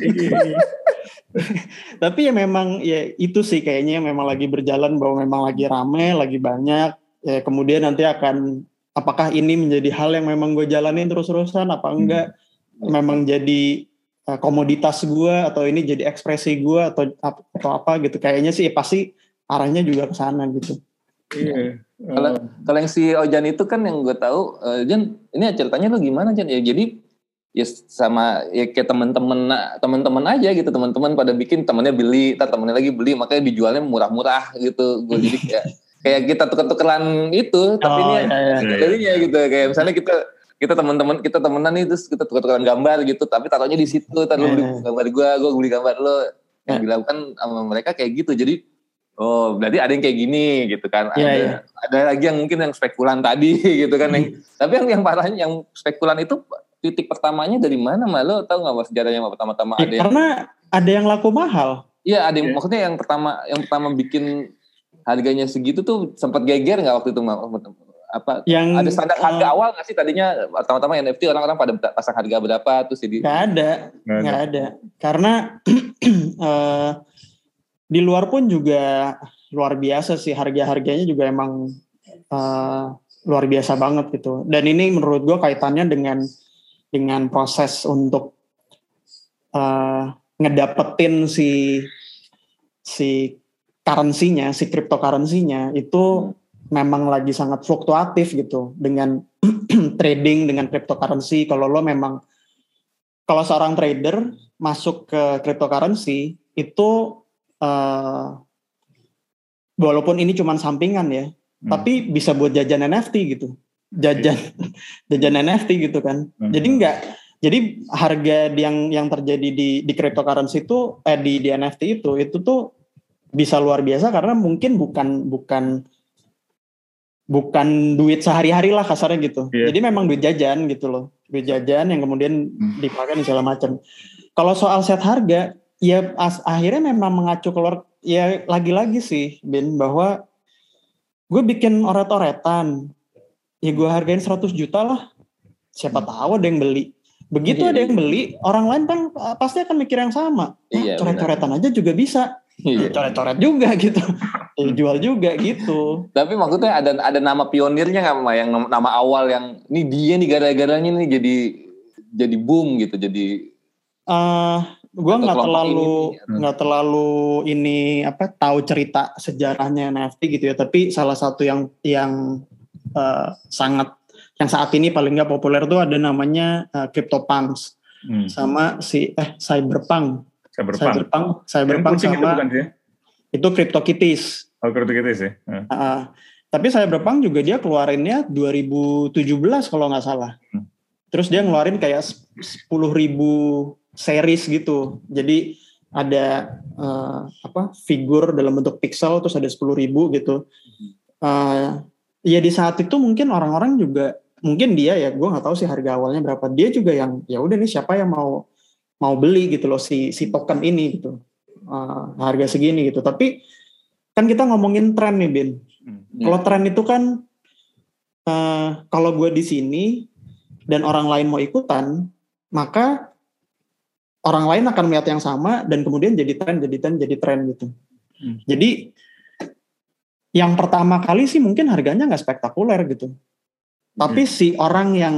Tapi ya memang ya itu sih kayaknya memang lagi berjalan, bahwa memang lagi rame, lagi banyak. Ya kemudian nanti akan, apakah ini menjadi hal yang memang gue jalanin terus-terusan apa enggak, memang jadi komoditas gue, atau ini jadi ekspresi gue atau apa gitu. Kayaknya sih pasti arahnya juga ke sana gitu. Kalau yang si Ojan itu kan yang gue tahu, Jan, ini ceritanya lu gimana Jan? Ya jadi ya sama ya kayak teman-teman aja gitu, teman-teman pada bikin, temannya beli, temannya lagi beli, makanya dijualnya murah-murah gitu. Gue jadi kayak kita tuker-tukeran itu, tapi ini jadinya gitu, kayak misalnya kita temenan nih, terus kita tuker-tukeran gambar gitu, tapi taruhnya di situ, lu beli gambar gue beli gambar lo. Yang dilakukan sama mereka kayak gitu. Jadi berarti ada yang kayak gini gitu kan. Ada lagi yang mungkin yang spekulan tadi gitu kan. Tapi yang parahnya yang spekulan itu titik pertamanya dari mana, lo tahu nggak mas sejarahnya pertama-tama? Ya, karena ada yang laku mahal. Iya, ada yang maksudnya yang pertama bikin harganya segitu tuh sempat geger nggak waktu itu? Apa ada standar harga awal nggak sih tadinya? Pertama-tama NFT orang-orang pada pasang harga berapa terus jadi? Nggak ada. Karena di luar pun juga luar biasa sih, harganya juga emang luar biasa banget gitu. Dan ini menurut gue kaitannya dengan proses untuk ngedapetin si currency-nya, si cryptocurrency-nya itu memang lagi sangat fluktuatif gitu dengan trading dengan cryptocurrency. Kalau seorang trader masuk ke cryptocurrency itu walaupun ini cuma sampingan ya, tapi bisa buat jajan NFT gitu. Jajan NFT gitu kan. Jadi harga yang terjadi di cryptocurrency itu di NFT itu tuh bisa luar biasa karena mungkin bukan duit sehari-hari lah kasarnya gitu. Yeah. Jadi memang duit jajan gitu loh. Duit jajan yang kemudian dipakai segala macam. Kalau soal set harga, ya akhirnya memang mengacu keluar, ya lagi-lagi sih Bin, bahwa gue bikin oret-oretan, ya gue hargain 100 juta lah. Siapa tahu ada yang beli. Begitu ada yang beli, orang lain kan pasti akan mikir yang sama. Coret-coretan aja juga bisa. Coret-coret juga gitu. Jual juga gitu. Tapi maksudnya ada nama pionirnya nggak, Ma? Yang nama awal yang ini dia nih gara-garanya nih jadi boom gitu, jadi. Gue nggak terlalu ini tahu cerita sejarahnya NFT gitu ya. Tapi salah satu yang yang saat ini paling nggak populer tuh ada namanya CryptoPunks sama Cyberpunk sama itu CryptoKitties. Oh, CryptoKitties ya. Tapi Cyberpunk juga dia keluarinnya 2017 kalau nggak salah. Terus dia ngeluarin kayak 10.000 series gitu. Jadi ada figur dalam bentuk pixel terus ada 10.000 gitu. Ya di saat itu mungkin orang-orang juga mungkin dia ya, gue nggak tahu sih harga awalnya berapa. Dia juga yang ya udah nih siapa yang mau beli gitu loh si token ini gitu. Harga segini gitu. Tapi kan kita ngomongin tren nih Bin. Kalau tren itu kan kalau gue di sini dan orang lain mau ikutan, maka orang lain akan melihat yang sama dan kemudian jadi tren gitu. Jadi yang pertama kali sih mungkin harganya nggak spektakuler gitu. Tapi si orang yang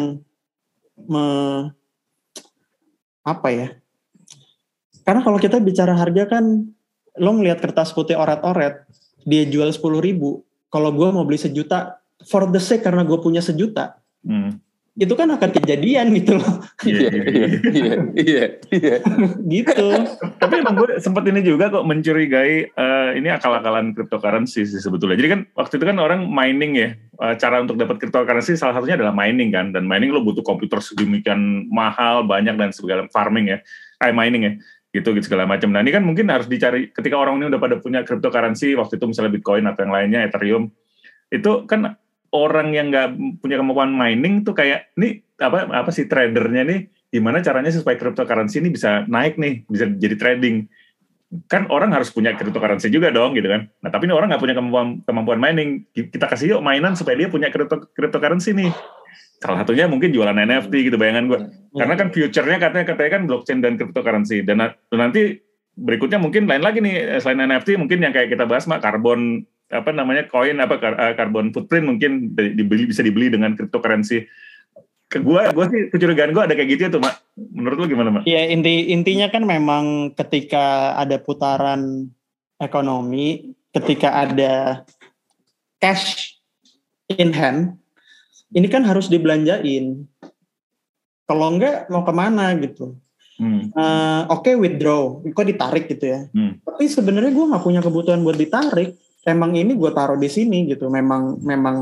karena kalau kita bicara harga kan, lo ngelihat kertas putih oret-oret, dia jual 10.000. Kalau gue mau beli 1 juta, for the sake karena gue punya 1 juta, itu kan akan kejadian gitu loh. Iya. Gitu. Tapi emang gue sempat ini juga kok mencurigai ini akal-akalan cryptocurrency sih sebetulnya. Jadi kan waktu itu kan orang mining ya, cara untuk dapat cryptocurrency salah satunya adalah mining kan, dan mining lo butuh komputer sedemikian mahal, banyak dan segala farming ya, mining ya. Gitu segala macam. Nah ini kan mungkin harus dicari ketika orang ini udah pada punya cryptocurrency, waktu itu misalnya Bitcoin atau yang lainnya, Ethereum, itu kan orang yang nggak punya kemampuan mining tuh kayak ini apa sih tradernya nih, gimana caranya supaya cryptocurrency ini bisa naik nih, bisa jadi trading. Kan orang harus punya cryptocurrency juga dong gitu kan. Nah tapi ini orang nggak punya kemampuan mining, kita kasih yuk mainan supaya dia punya cryptocurrency nih. Salah satunya mungkin jualan NFT gitu, bayangan gue. Karena kan future-nya katanya kan blockchain dan cryptocurrency. Dan nanti berikutnya mungkin lain lagi nih, selain NFT mungkin yang kayak kita bahas carbon carbon footprint mungkin bisa dibeli dengan cryptocurrency. Gue sih kecurigaan gue ada kayak gitu ya tuh, Mak. Menurut lu gimana, Mak? Ya intinya kan memang ketika ada putaran ekonomi, ketika ada cash in hand, ini kan harus dibelanjain. Kalau enggak mau kemana gitu. Oke, withdraw, kok ditarik gitu ya. Tapi sebenarnya gue nggak punya kebutuhan buat ditarik. Emang ini gue taruh di sini gitu. Memang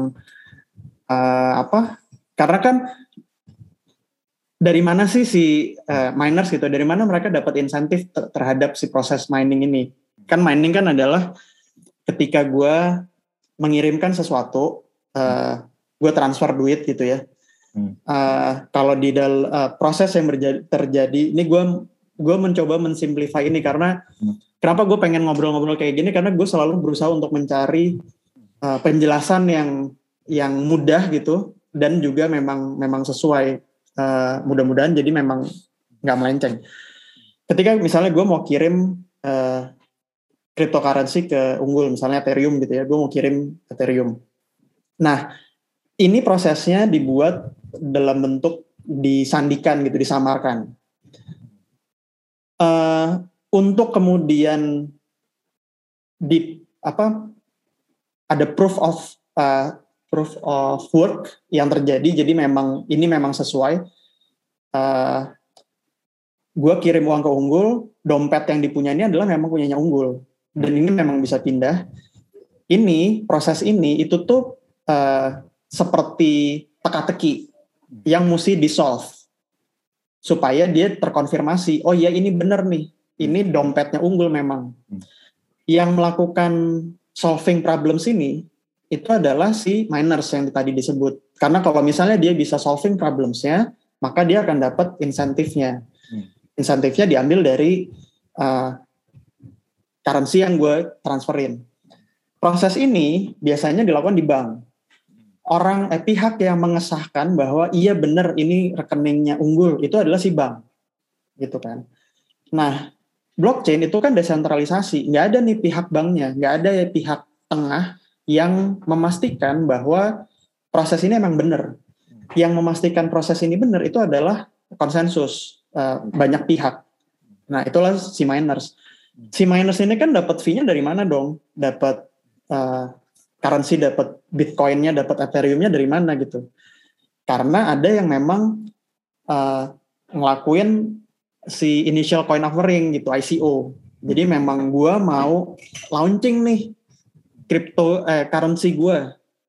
karena kan dari mana sih si miners gitu? Dari mana mereka dapat insentif terhadap si proses mining ini? Kan mining kan adalah ketika gue mengirimkan sesuatu. Gue transfer duit gitu ya. Kalau di dalam proses yang terjadi, ini gue mencoba mensimplify ini karena kenapa gue pengen ngobrol-ngobrol kayak gini, karena gue selalu berusaha untuk mencari penjelasan yang mudah gitu dan juga memang sesuai, mudah-mudahan jadi memang nggak melenceng. Ketika misalnya gue mau kirim cryptocurrency ke Unggul, misalnya Ethereum gitu ya, gue mau kirim Ethereum. Nah, ini prosesnya dibuat dalam bentuk disandikan gitu, disamarkan. Untuk kemudian ada proof of proof of work yang terjadi. Jadi ini memang sesuai. Gue kirim uang ke Unggul, dompet yang dipunya ini adalah memang punyanya Unggul, dan ini memang bisa pindah. Proses ini itu tuh seperti teka-teki yang mesti di-solve supaya dia terkonfirmasi, oh iya ini benar nih, ini dompetnya Unggul memang. Yang melakukan solving problems ini itu adalah si miners yang tadi disebut. Karena kalau misalnya dia bisa solving problemsnya, maka dia akan dapat insentifnya. Insentifnya diambil dari currency yang gue transferin. Proses ini biasanya dilakukan di bank. Pihak yang mengesahkan bahwa iya benar ini rekeningnya Unggul itu adalah si bank, gitu kan. Nah, blockchain itu kan desentralisasi, nggak ada nih pihak banknya, nggak ada ya pihak tengah yang memastikan bahwa proses ini emang benar. Yang memastikan proses ini benar itu adalah konsensus banyak pihak. Nah, itulah si miners. Si miners ini kan dapat fee-nya dari mana dong? Dapat currency, dapat Bitcoin-nya, dapat Ethereum-nya dari mana gitu. Karena ada yang memang ngelakuin si initial coin offering gitu, ICO. Jadi memang gue mau launching nih currency gue.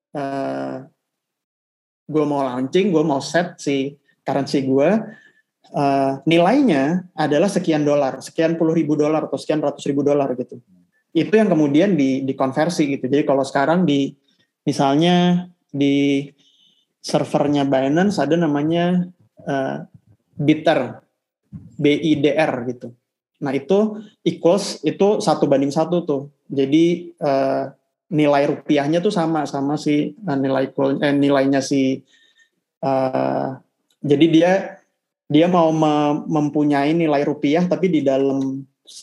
Gue mau launching, gue mau set si currency gue. Nilainya adalah sekian $, sekian $10,000 atau sekian $100,000 gitu. Itu yang kemudian dikonversi gitu. Jadi kalau sekarang misalnya di servernya Binance ada namanya BIDR, BIDR gitu. Nah itu equals itu 1:1 tuh. Jadi nilai rupiahnya tuh sama si nilainya si. Jadi dia mau mempunyai nilai rupiah tapi di dalam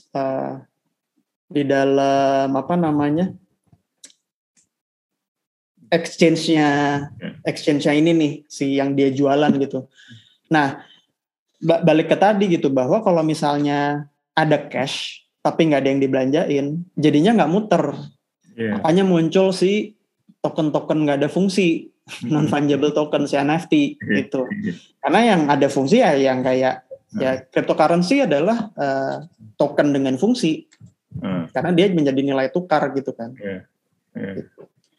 apa namanya exchange-nya ini nih si yang dia jualan gitu. Nah, balik ke tadi gitu bahwa kalau misalnya ada cash tapi nggak ada yang dibelanjain, jadinya nggak muter. Makanya muncul si token-token nggak ada fungsi, non-fungible token, si NFT gitu. Karena yang ada fungsi ya yang kayak ya cryptocurrency adalah token dengan fungsi. Karena dia menjadi nilai tukar gitu kan. Gitu.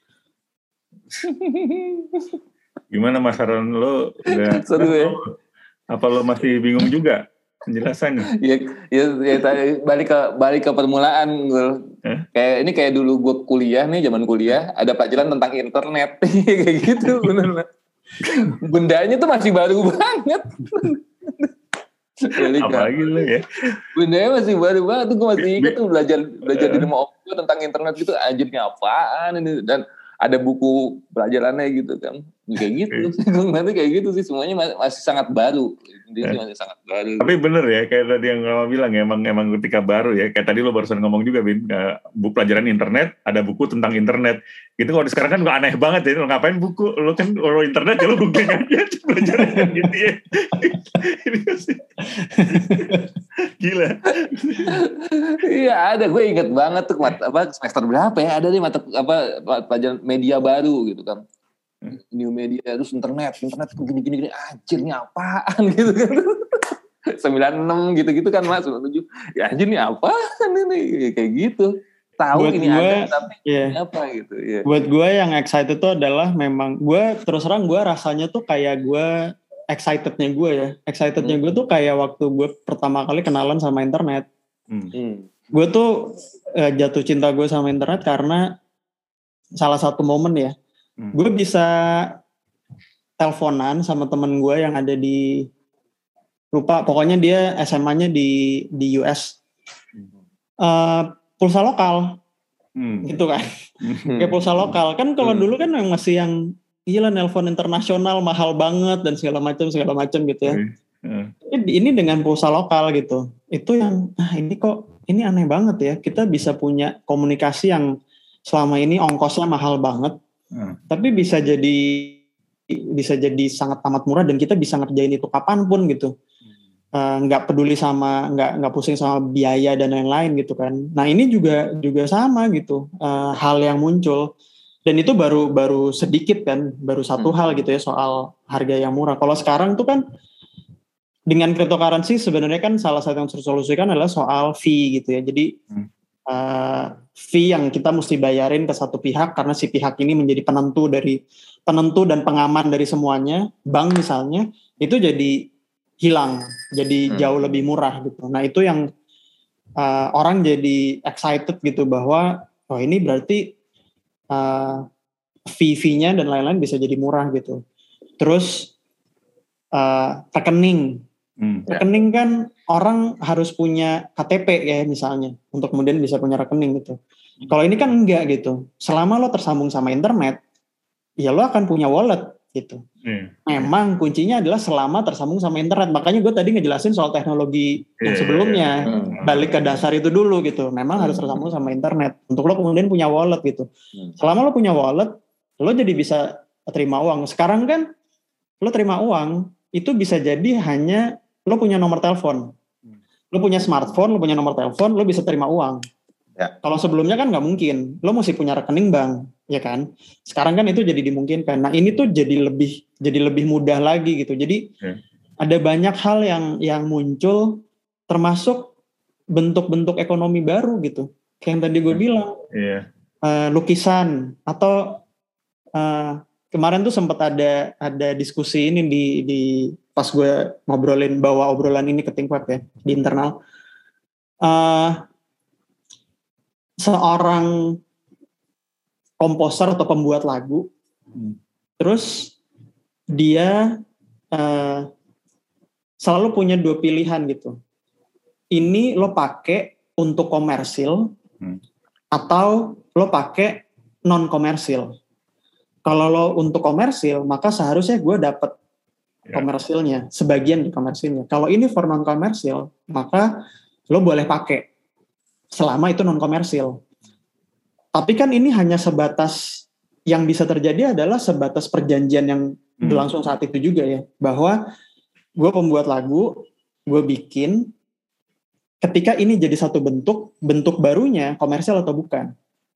Gimana Mas Haron, lo udah seru ya? Apa lo masih bingung juga penjelasannya? Ya balik ke permulaan gue. Kayak dulu gue zaman kuliah ada pelajaran tentang internet kayak gitu bener. Bundanya tuh masih baru banget. Apalagi lo ya? Bundanya masih baru banget tuh, gue masih ingat tuh belajar di rumah om gue tentang internet gitu, anjirnya apaan ini, dan ada buku pelajarannya gitu kan, kayak gitu. Nanti kayak gitu sih, semuanya masih sangat baru. Dia masih sangat baru. Tapi bener ya, kayak tadi yang Rama bilang ya, emang ketika baru ya, kayak tadi lo barusan ngomong juga Bin, buku pelajaran internet, ada buku tentang internet. Gitu kalau sekarang kan gak aneh banget ya, lo ngapain buku, lo kan orang internet ya lo googling aja pelajaran gitu ya. Ini sih gila. Iya ada, gue inget banget tuh semester berapa ya, ada nih mata pelajaran media baru gitu kan. New media, terus internet gini anjir ini apaan gitu kan. 96 gitu-gitu kan Mas, 97. Ya anjir ini apaan ini, kayak gitu. Tahu buat ini gue, ada tapi apa gitu ya. Buat gue yang excited tuh adalah memang gue terus terang gue rasanya tuh kayak gue excitednya gue tuh kayak waktu gue pertama kali kenalan sama internet. Gue tuh jatuh cinta gue sama internet karena salah satu momen ya. Gue bisa teleponan sama temen gue yang ada di, lupa pokoknya dia SMA-nya di US, pulsa lokal gitu kan. Kayak pulsa lokal kan, kalau dulu kan masih yang gila nelpon internasional mahal banget dan segala macam gitu ya. Ini dengan pulsa lokal gitu, itu yang ini aneh banget ya, kita bisa punya komunikasi yang selama ini ongkosnya mahal banget. Tapi bisa jadi sangat amat murah dan kita bisa ngerjain itu kapanpun gitu, nggak peduli sama nggak pusing sama biaya dan lain-lain gitu kan. Nah ini juga sama gitu, hal yang muncul Dan itu baru sedikit kan, baru satu hal gitu ya soal harga yang murah. Kalau sekarang tuh kan dengan cryptocurrency sebenarnya kan salah satu yang tersolusikan adalah soal fee gitu ya. Jadi fee yang kita mesti bayarin ke satu pihak karena si pihak ini menjadi penentu dan pengaman dari semuanya. Bank misalnya itu jadi hilang, jadi jauh lebih murah gitu. Nah itu yang orang jadi excited gitu bahwa oh ini berarti fee-nya dan lain-lain bisa jadi murah gitu. Terus rekening kan orang harus punya KTP ya misalnya untuk kemudian bisa punya rekening gitu. Kalau ini kan enggak gitu. Selama lo tersambung sama internet, ya lo akan punya wallet gitu. Memang kuncinya adalah selama tersambung sama internet. Makanya gue tadi ngejelasin soal teknologi yang sebelumnya. Balik ke dasar itu dulu gitu. Memang harus tersambung sama internet. Untuk lo kemudian punya wallet gitu. Selama lo punya wallet, lo jadi bisa terima uang. Sekarang kan lo terima uang, itu bisa jadi hanya lo punya nomor telepon. Lo punya smartphone, lo punya nomor telepon, lo bisa terima uang. Ya. Kalau sebelumnya kan nggak mungkin. Lo mesti punya rekening bank, ya kan? Sekarang kan itu jadi dimungkinkan. Nah ini tuh jadi lebih mudah lagi gitu. Jadi ada banyak hal yang muncul, termasuk bentuk-bentuk ekonomi baru gitu. Kayak yang tadi gue bilang, lukisan atau kemarin tuh sempat ada diskusi ini di pas gue bawa obrolan ini ke ThinkWeb ya di internal. Seorang komposer atau pembuat lagu, terus dia selalu punya dua pilihan gitu. Ini lo pakai untuk komersil atau lo pakai non komersil. Kalau lo untuk komersil, maka seharusnya gue dapet komersilnya, sebagian di komersilnya. Kalau ini for non komersil, maka lo boleh pakai selama itu non komersil. Tapi kan ini hanya sebatas yang bisa terjadi adalah sebatas perjanjian yang berlangsung saat itu juga ya, bahwa gue pembuat lagu, gue bikin, ketika ini jadi satu bentuk barunya komersil atau bukan.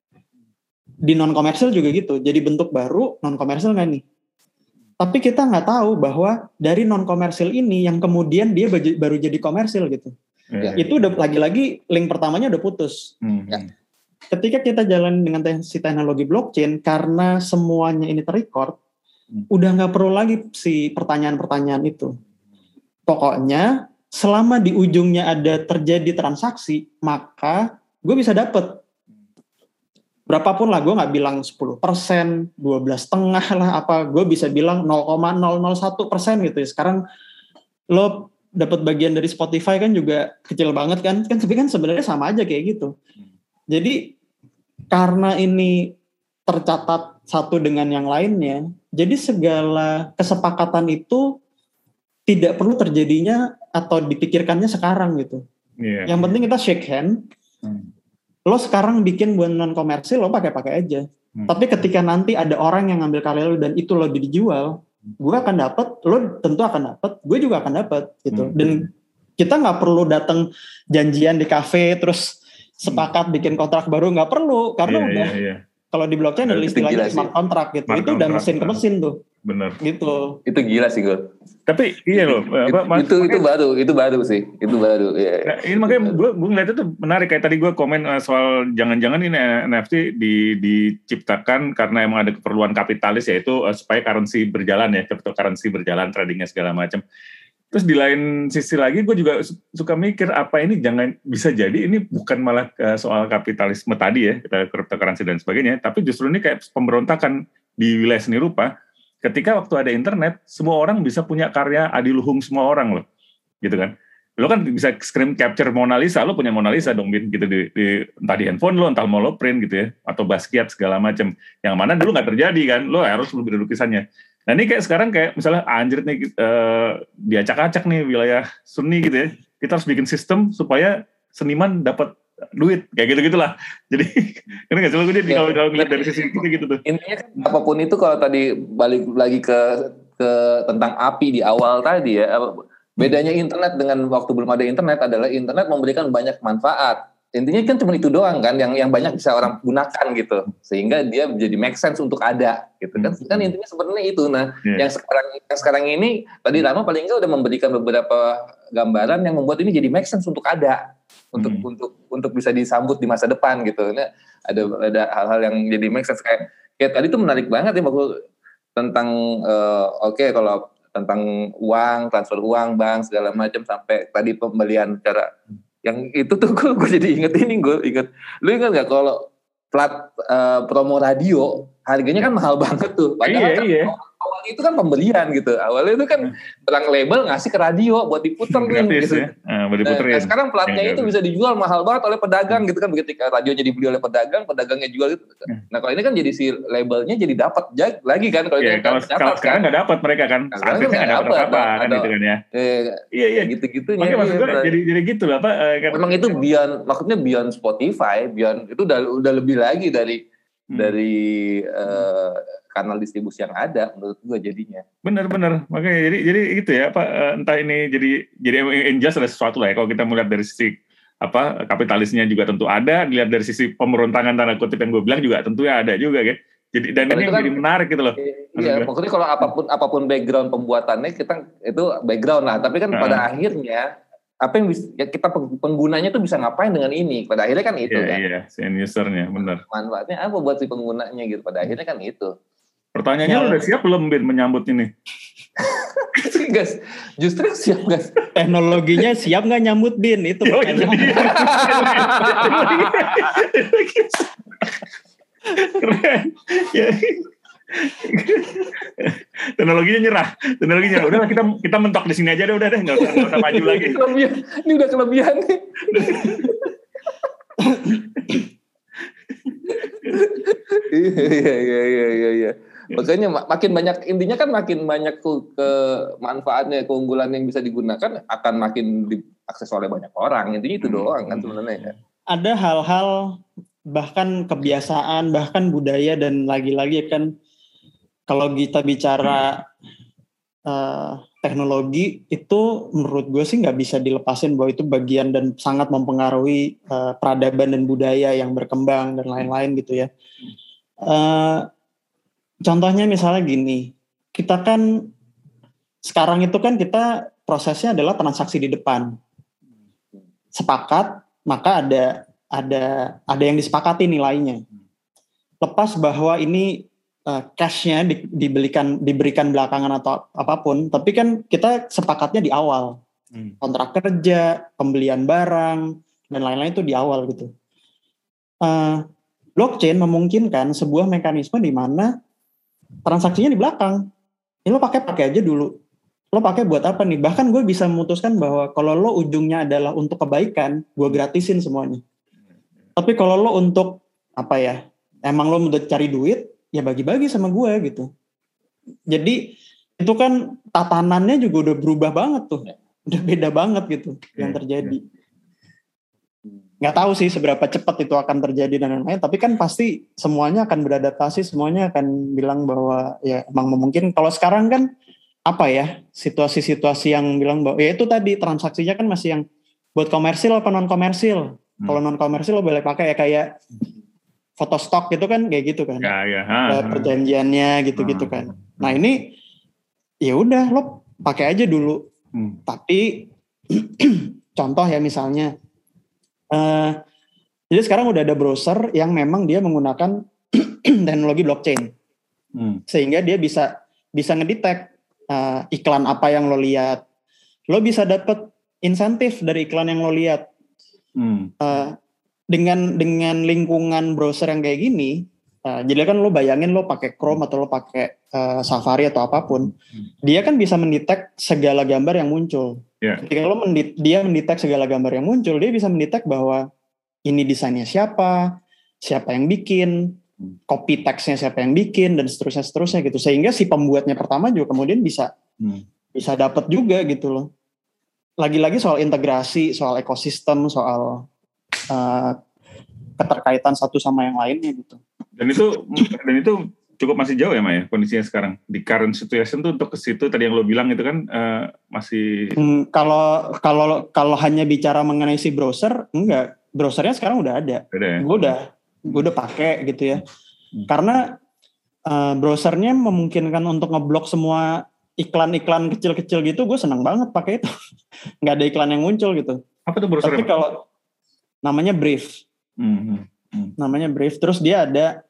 Di non komersil juga gitu, jadi bentuk baru non komersil nggak nih? Tapi kita nggak tahu bahwa dari non komersil ini yang kemudian dia baru jadi komersil gitu. Itu udah lagi-lagi link pertamanya udah putus. Ketika kita jalan dengan si teknologi blockchain, karena semuanya ini terrecord, udah nggak perlu lagi si pertanyaan-pertanyaan itu. Pokoknya selama di ujungnya ada terjadi transaksi, maka gue bisa dapet berapapun lah, gue nggak bilang 10%, 12,5% lah apa, gue bisa bilang 0,001% gitu ya. Sekarang lo dapat bagian dari Spotify kan juga kecil banget kan tapi kan sebenarnya sama aja kayak gitu. Jadi karena ini tercatat satu dengan yang lainnya, jadi segala kesepakatan itu tidak perlu terjadinya atau dipikirkannya sekarang gitu. Yang penting kita shake hand. Lo sekarang bikin buat non komersil, lo pakai aja. Tapi ketika nanti ada orang yang ngambil karya lo dan itu lo dijual, gue akan dapat, lo tentu akan dapat, gue juga akan dapat gitu. Dan kita nggak perlu datang janjian di kafe terus sepakat bikin kontrak baru, nggak perlu karena kalau di blockchain ada istilahnya smart contract gitu. Itu udah mesin ke mesin tuh. Bener. Gitu. Itu gila sih gue. Tapi iya loh. Itu baru sih. Itu baru. Yeah. Nah, ini makanya gue ngeliatnya tuh menarik. Kayak tadi gue komen soal jangan-jangan ini NFT diciptakan karena emang ada keperluan kapitalis, yaitu supaya currency berjalan ya, cryptocurrency berjalan, tradingnya segala macam. Terus di lain sisi lagi gue juga suka mikir apa ini jangan bisa jadi ini bukan malah soal kapitalisme tadi ya, cryptocurrency dan sebagainya, tapi justru ini kayak pemberontakan di wilayah seni rupa. Ketika waktu ada internet, semua orang bisa punya karya adiluhung semua orang loh, gitu kan. Lo kan bisa screen capture Mona Lisa, lo punya Mona Lisa dong, gitu entah di handphone lo, entah mau lo print gitu ya, atau Basquiat segala macam. Yang mana dulu nggak terjadi kan, lo harus beli lukisannya. Nah ini kayak sekarang kayak misalnya anjir nih diacak-acak nih wilayah seni gitu ya, kita harus bikin sistem supaya seniman dapat duit kayak gitu-gitulah. Jadi ini nggak selalu dia kalau ngeliat dari sisi itu gitu tuh. Intinya kan apapun itu, kalau tadi balik lagi ke tentang api di awal tadi ya, bedanya internet dengan waktu belum ada internet adalah internet memberikan banyak manfaat. intinya kan cuma itu doang kan yang banyak bisa orang gunakan gitu, sehingga dia jadi make sense untuk ada gitu kan. Kan intinya sebenarnya itu. Nah, yang sekarang ini tadi Rama paling enggak udah memberikan beberapa gambaran yang membuat ini jadi make sense untuk ada, untuk bisa disambut di masa depan gitu. Nah, ada hal-hal yang jadi make sense kayak tadi tuh menarik banget ya Bagus tentang kalau tentang uang, transfer uang, bank segala macam, sampai tadi pembelian cara yang itu tuh gue jadi inget lu inget nggak kalau plat promo radio harganya kan mahal banget tuh, padahal awal itu kan pembelian gitu, awalnya itu kan orang label ngasih ke radio buat diputer nih gitu. Nah, sekarang platnya itu bisa dijual mahal banget oleh pedagang gitu kan, ketika radionya dibeli oleh pedagangnya jual gitu. Nah kalau ini kan jadi si labelnya jadi dapat lagi kan, kalau sekarang nggak dapat mereka kan, artisnya nggak dapat apa kan gitu kan ya. Iya gitu-gitu. Makanya maksud gue jadi gitu lah Pak. Memang itu beyond Spotify, itu udah lebih lagi dari kanal distribusi yang ada menurut gue jadinya. Bener makanya jadi gitu ya Pak, entah ini jadi injustice ada sesuatu lah ya kalau kita melihat dari sisi kapitalisnya juga tentu ada, dilihat dari sisi pemberontakan tanda kutip yang gue bilang juga tentunya ada juga kan. Jadi dan ini yang jadi menarik gitu loh. Iya, maksudnya kalau apapun background pembuatannya kita itu background lah, tapi kan pada akhirnya apa yang kita penggunanya tuh bisa ngapain dengan ini? Pada akhirnya kan itu kan. Iya, si end usernya benar. Manfaatnya apa buat si penggunanya gitu? Pada akhirnya kan itu. Pertanyaannya lu udah siap belum Bin menyambut ini? Guys, justru siap guys. Teknologinya siap nggak nyambut Bin? Itu keren. Teknologinya nyerah. Udah kita mentok di sini aja udah deh, nggak usah maju lagi. Ini udah kelebihan nih. Iya. Makanya makin banyak, intinya kan makin banyak manfaatnya, keunggulan yang bisa digunakan akan makin diakses oleh banyak orang. Intinya itu doang kan sebenarnya. Ada hal-hal bahkan kebiasaan, bahkan budaya, dan lagi-lagi kan kalau kita bicara teknologi itu menurut gue sih nggak bisa dilepasin bahwa itu bagian dan sangat mempengaruhi peradaban dan budaya yang berkembang dan lain-lain gitu ya. Contohnya misalnya gini, kita kan sekarang itu kan kita prosesnya adalah transaksi di depan. Sepakat, maka ada yang disepakati nilainya. Lepas bahwa ini cash-nya diberikan belakangan atau apapun, tapi kan kita sepakatnya di awal. Kontrak kerja, pembelian barang, dan lain-lain itu di awal gitu. Blockchain memungkinkan sebuah mekanisme di mana transaksinya di belakang. Ini lo pakai aja dulu. Lo pakai buat apa nih? Bahkan gue bisa memutuskan bahwa kalau lo ujungnya adalah untuk kebaikan, gue gratisin semuanya. Tapi kalau lo untuk emang lo udah cari duit, ya bagi-bagi sama gue gitu. Jadi itu kan tatanannya juga udah berubah banget tuh. Udah beda banget gitu yang terjadi. Nggak tahu sih seberapa cepat itu akan terjadi dan lain-lain, tapi kan pasti semuanya akan beradaptasi, semuanya akan bilang bahwa ya emang memungkinkan. Kalau sekarang kan situasi-situasi yang bilang bahwa ya itu tadi transaksinya kan masih yang buat komersil apa non komersil. Kalau non komersil lo boleh pakai ya kayak foto stok gitu kan, kayak gitu kan. Perjanjiannya gitu-gitu kan. Nah ini ya udah lo pakai aja dulu. Tapi contoh ya misalnya jadi sekarang udah ada browser yang memang dia menggunakan teknologi blockchain, sehingga dia bisa ngedetect iklan apa yang lo lihat, lo bisa dapet insentif dari iklan yang lo lihat. Dengan lingkungan browser yang kayak gini, jadi kan lo bayangin lo pakai Chrome atau lo pakai Safari atau apapun, dia kan bisa mendetek segala gambar yang muncul. Ketika dia mendetek segala gambar yang muncul, dia bisa mendetek bahwa ini desainnya siapa yang bikin, copy text-nya siapa yang bikin, dan seterusnya gitu. Sehingga si pembuatnya pertama juga kemudian bisa dapat juga gitu loh. Lagi-lagi soal integrasi, soal ekosistem, soal keterkaitan satu sama yang lainnya gitu. Dan itu cukup masih jauh ya Maya kondisinya sekarang di current situation tuh untuk ke situ tadi yang lo bilang itu kan masih kalau hanya bicara mengenai si browser enggak, browsernya sekarang udah ada. Gue udah pakai gitu ya. Karena browsernya memungkinkan untuk ngeblok semua iklan-iklan kecil-kecil gitu, gue senang banget pakai itu. Nggak ada iklan yang muncul gitu. Apa tuh browsernya? Tapi kalau namanya Brave. Namanya Brave. Terus dia ada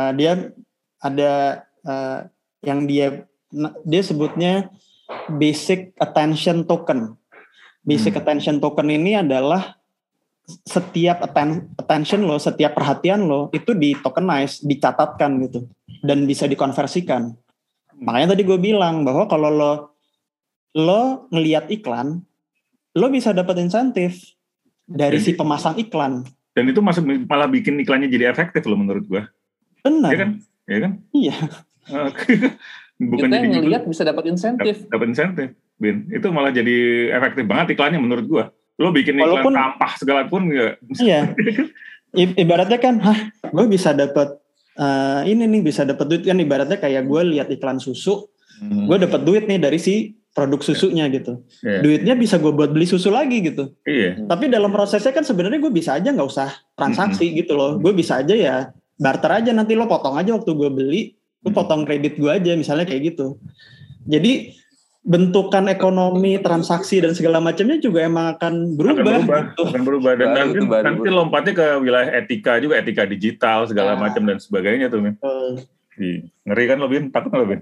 yang dia sebutnya Basic Attention Token. Basic Attention Token ini adalah setiap attention lo, setiap perhatian lo itu di tokenize, dicatatkan gitu, dan bisa dikonversikan. Makanya tadi gue bilang bahwa kalau lo ngelihat iklan, lo bisa dapat insentif dari si pemasang iklan. Dan itu malah bikin iklannya jadi efektif lo menurut gue. Benar. Iya kan? Iya. Bukan kita yang ngelihat bisa dapat insentif. Dapat insentif, Bin. Itu malah jadi efektif banget iklannya menurut gue. Lo bikin iklan sampah segala pun ya. Iya. Ibaratnya kan, gue bisa dapat bisa dapat duit kan, ibaratnya kayak gue lihat iklan susu, gue dapat duit nih dari si produk susunya gitu. Duitnya bisa gue buat beli susu lagi gitu. Tapi dalam prosesnya kan sebenarnya gue bisa aja nggak usah transaksi gitu loh. Gue bisa aja ya barter aja, nanti lo potong aja waktu gue beli, lo potong kredit gue aja misalnya kayak gitu. Jadi bentukan ekonomi, transaksi dan segala macamnya juga emang akan berubah. Akan berubah. Dan nanti lompatnya ke wilayah etika juga, etika digital segala macam dan sebagainya tuh. Ngeri kan lo, Bin? Takut nggak lo, Bin?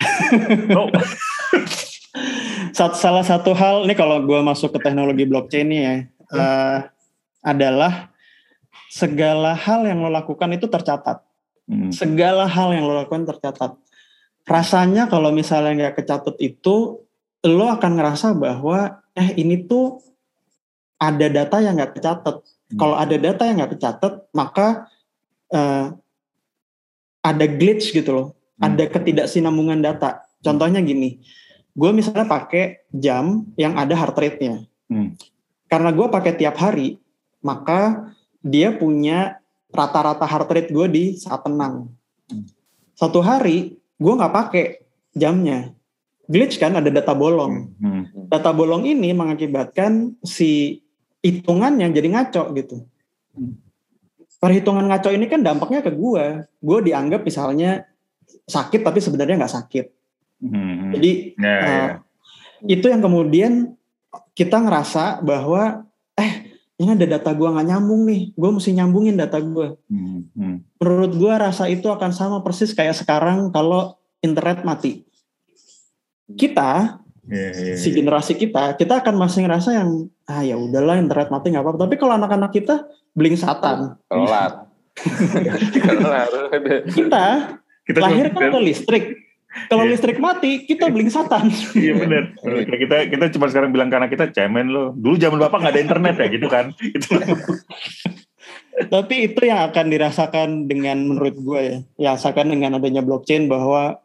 Salah satu hal, ini kalau gue masuk ke teknologi blockchain nih ya, adalah segala hal yang lo lakukan itu tercatat. Segala hal yang lo lakukan tercatat. Rasanya kalau misalnya nggak kecatat itu, lo akan ngerasa bahwa ini tuh ada data yang nggak kecatat. Kalau ada data yang nggak kecatat, maka ada glitch gitu loh, ada ketidaksinambungan data. Contohnya gini, gue misalnya pakai jam yang ada heart rate-nya. Karena gue pakai tiap hari, maka dia punya rata-rata heart rate gue di saat tenang. Satu hari gue nggak pakai jamnya, glitch kan, ada data bolong. Data bolong ini mengakibatkan si hitungannya jadi ngaco gitu. Perhitungan ngaco ini kan dampaknya ke gue dianggap misalnya sakit tapi sebenarnya nggak sakit. Jadi itu yang kemudian kita ngerasa bahwa ini ada data gue nggak nyambung nih, gue mesti nyambungin data gue. Menurut gue rasa itu akan sama persis kayak sekarang kalau internet mati. Kita, si generasi kita akan masih ngerasa yang ya udahlah internet mati nggak apa-apa. Tapi kalau anak-anak kita blingsatan. Kelar. Kita lahir kan ada listrik. Kalau listrik mati, kita blingsatan. Iya benar. Kita cuma sekarang bilang ke anak kita, cemen lo. Dulu zaman bapak nggak ada internet ya gitu kan. Tapi itu yang akan dirasakan dengan, menurut gue ya rasakan dengan adanya blockchain, bahwa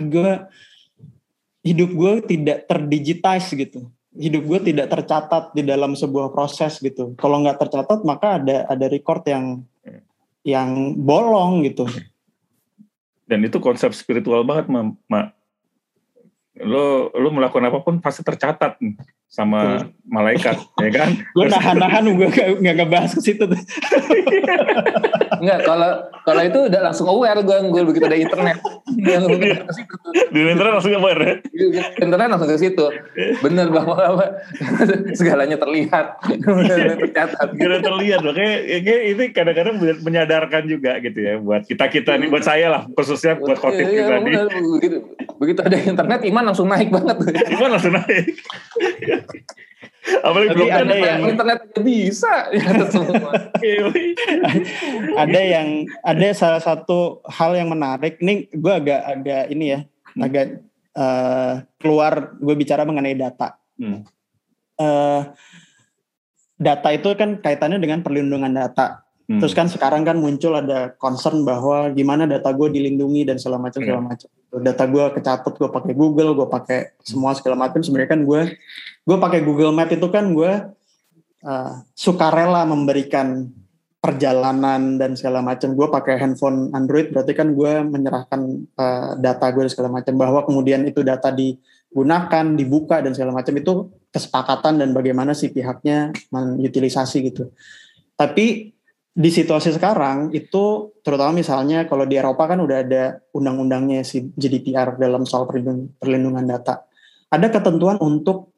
hidup gue tidak terdigitize gitu. Hidup gue tidak tercatat di dalam sebuah proses gitu. Kalau nggak tercatat maka ada record yang bolong gitu. Dan itu konsep spiritual banget, Mak. Lo melakukan apapun pasti tercatat sama malaikat, ya kan? Gue nahan gue nggak ngebahas ke situ. Enggak, kalau itu udah langsung aware gue begitu ada internet. Di internet langsung aware ya? Internet langsung ke situ. Bener bahwa segalanya terlihat, tercatat. Segala terlihat, makanya ini kadang-kadang menyadarkan juga gitu ya buat kita nih, buat saya lah, khususnya buat khotib kita tadi. Begitu ada internet, iman langsung naik banget. Iman langsung naik. Apalagi belum ada yang internet bisa semua. ada salah satu hal yang menarik. Ini gue agak ini ya, agak keluar, gue bicara mengenai data. Data itu kan kaitannya dengan perlindungan data. Terus kan sekarang kan muncul ada concern bahwa gimana data gue dilindungi dan segala macam. Data gue kecatat, gue pakai Google, gue pakai semua segala macam. Sebenarnya kan gue pakai Google Map itu kan gue sukarela memberikan perjalanan dan segala macam. Gue pakai handphone Android, berarti kan gue menyerahkan data gue dan segala macam. Bahwa kemudian itu data digunakan, dibuka dan segala macam, itu kesepakatan dan bagaimana si pihaknya menutilisasi gitu. Tapi di situasi sekarang itu, terutama misalnya kalau di Eropa kan udah ada undang-undangnya si GDPR dalam soal perlindungan data. Ada ketentuan untuk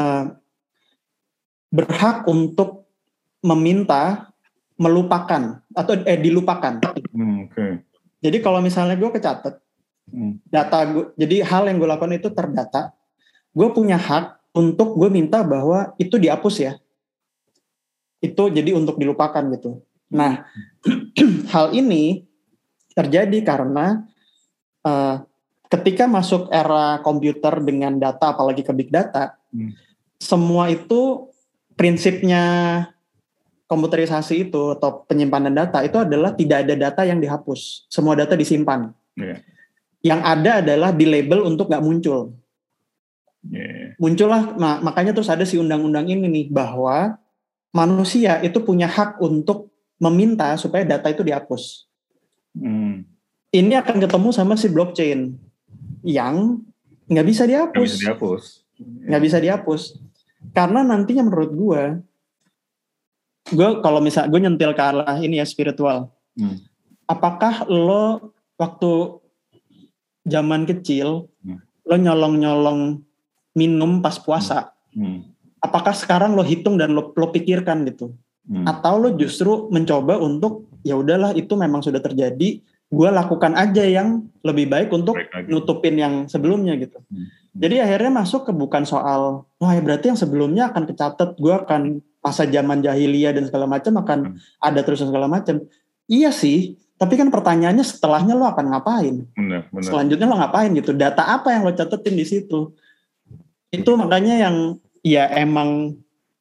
berhak untuk meminta melupakan atau dilupakan. Okay. Jadi kalau misalnya gue kecatet data gue, jadi hal yang gue lakukan itu terdata, gue punya hak untuk gue minta bahwa itu dihapus ya. Itu jadi untuk dilupakan gitu. Nah, hal ini terjadi karena ketika masuk era komputer dengan data, apalagi ke big data, semua itu prinsipnya komputerisasi itu atau penyimpanan data itu adalah tidak ada data yang dihapus, semua data disimpan. Yeah. Yang ada adalah di label untuk nggak muncul. Yeah. Muncullah, makanya terus ada si undang-undang ini nih bahwa manusia itu punya hak untuk meminta supaya data itu dihapus. Ini akan ketemu sama si blockchain yang nggak bisa dihapus. Nggak bisa dihapus. Karena nantinya menurut gue kalau misalnya gue nyentil ke arah ini ya spiritual. Apakah lo waktu zaman kecil lo nyolong-nyolong minum pas puasa? Apakah sekarang lo hitung dan lo pikirkan gitu? Atau lo justru mencoba untuk ya udahlah itu memang sudah terjadi, gue lakukan aja yang lebih baik untuk nutupin yang sebelumnya gitu. Jadi akhirnya masuk ke bukan soal wah ya berarti yang sebelumnya akan kecatat, gue akan masa zaman jahiliyah dan segala macam akan ada terus dan segala macam. Iya sih, tapi kan pertanyaannya setelahnya lo akan ngapain? Benar. Selanjutnya lo ngapain gitu? Data apa yang lo catetin di situ? Itu makanya yang ya emang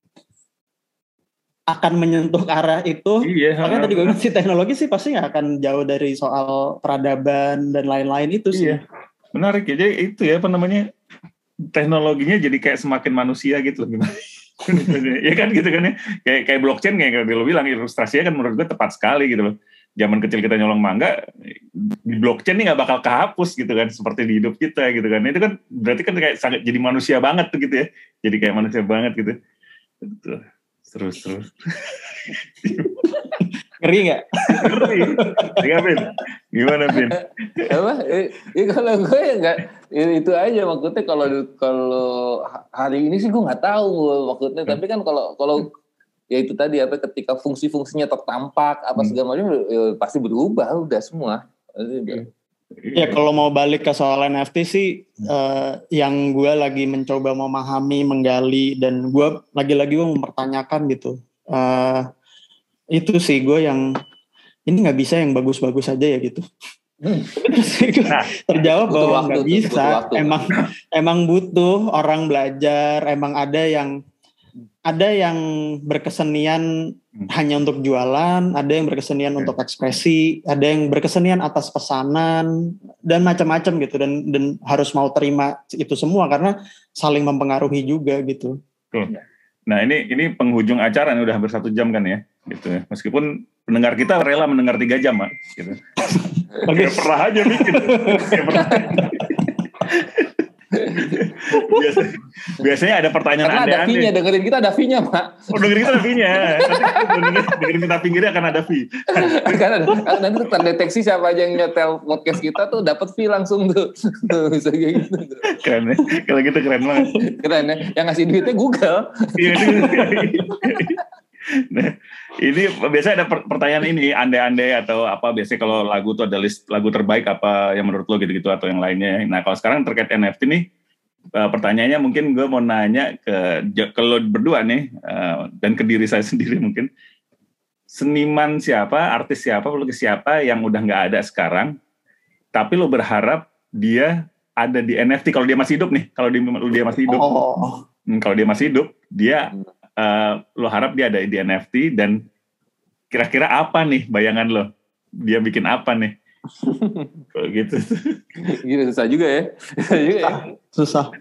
akan menyentuh ke arah itu. Iya, makanya tadi gue bilang si teknologi sih pasti nggak akan jauh dari soal peradaban dan lain-lain itu sih. Iya, menarik ya. Jadi itu ya apa namanya, teknologinya jadi kayak semakin manusia gitu. Ya kan gitu kan ya. Kayak blockchain kayak lo bilang, ilustrasinya kan menurut gue tepat sekali gitu loh. Zaman kecil kita nyolong mangga, di blockchain ini nggak bakal kehapus gitu kan, seperti di hidup kita gitu kan. Itu kan berarti kan kayak sangat jadi manusia banget tuh gitu ya. Jadi kayak manusia banget gitu. Terus. Ngeri nggak? Ngeri. Bin? Gimana Bin? Apa? Kalau gue nggak itu aja maksudnya. Kalau hari ini sih gue nggak tahu maksudnya. Tapi kan kalau ya itu tadi apa ketika fungsi-fungsinya tertampak apa segala macam ya, pasti berubah udah semua. Ya kalau mau balik ke soal NFT sih yang gue lagi mencoba memahami, menggali dan gue lagi-lagi mempertanyakan gitu. Itu sih gue yang ini nggak bisa yang bagus-bagus aja ya gitu. Terjawab bahwa nggak bisa. Emang butuh orang belajar. Emang ada yang berkesenian hanya untuk jualan, ada yang berkesenian untuk ekspresi, ada yang berkesenian atas pesanan dan macam-macam gitu dan harus mau terima itu semua karena saling mempengaruhi juga gitu. Nah ini penghujung acara udah hampir 1 jam kan ya, gitu ya. Meskipun pendengar kita rela mendengar 3 jam, Mak. Gitu. Kayak pernah aja bikin. Biasanya ada pertanyaan karena aneh-aneh. Ada fee-nya, dengerin kita ada fee-nya, Mak. Oh, dengerin kita ada fee-nya. Dengerin kita pinggirnya akan ada fee. Karena nanti terdeteksi siapa aja yang nyetel podcast kita tuh dapat fee langsung tuh. Bisa kayak gitu. Keren ya. Kalau gitu keren banget. Keren ya. Yang ngasih duitnya Google. Nah, ini biasanya ada pertanyaan ini andai-andai atau apa, biasanya kalau lagu tuh ada list lagu terbaik apa yang menurut lo gitu-gitu atau yang lainnya. Nah kalau sekarang terkait NFT nih, pertanyaannya mungkin gue mau nanya ke lo berdua nih dan ke diri saya sendiri mungkin, seniman siapa, artis siapa, pelukis siapa yang udah nggak ada sekarang tapi lo berharap dia ada di NFT kalau dia masih hidup nih, kalau dia masih hidup. Kalau dia masih hidup dia lo harap dia ada di NFT dan kira-kira apa nih bayangan lo? Dia bikin apa nih? Kalau gitu. Gitu susah juga ya. Susah.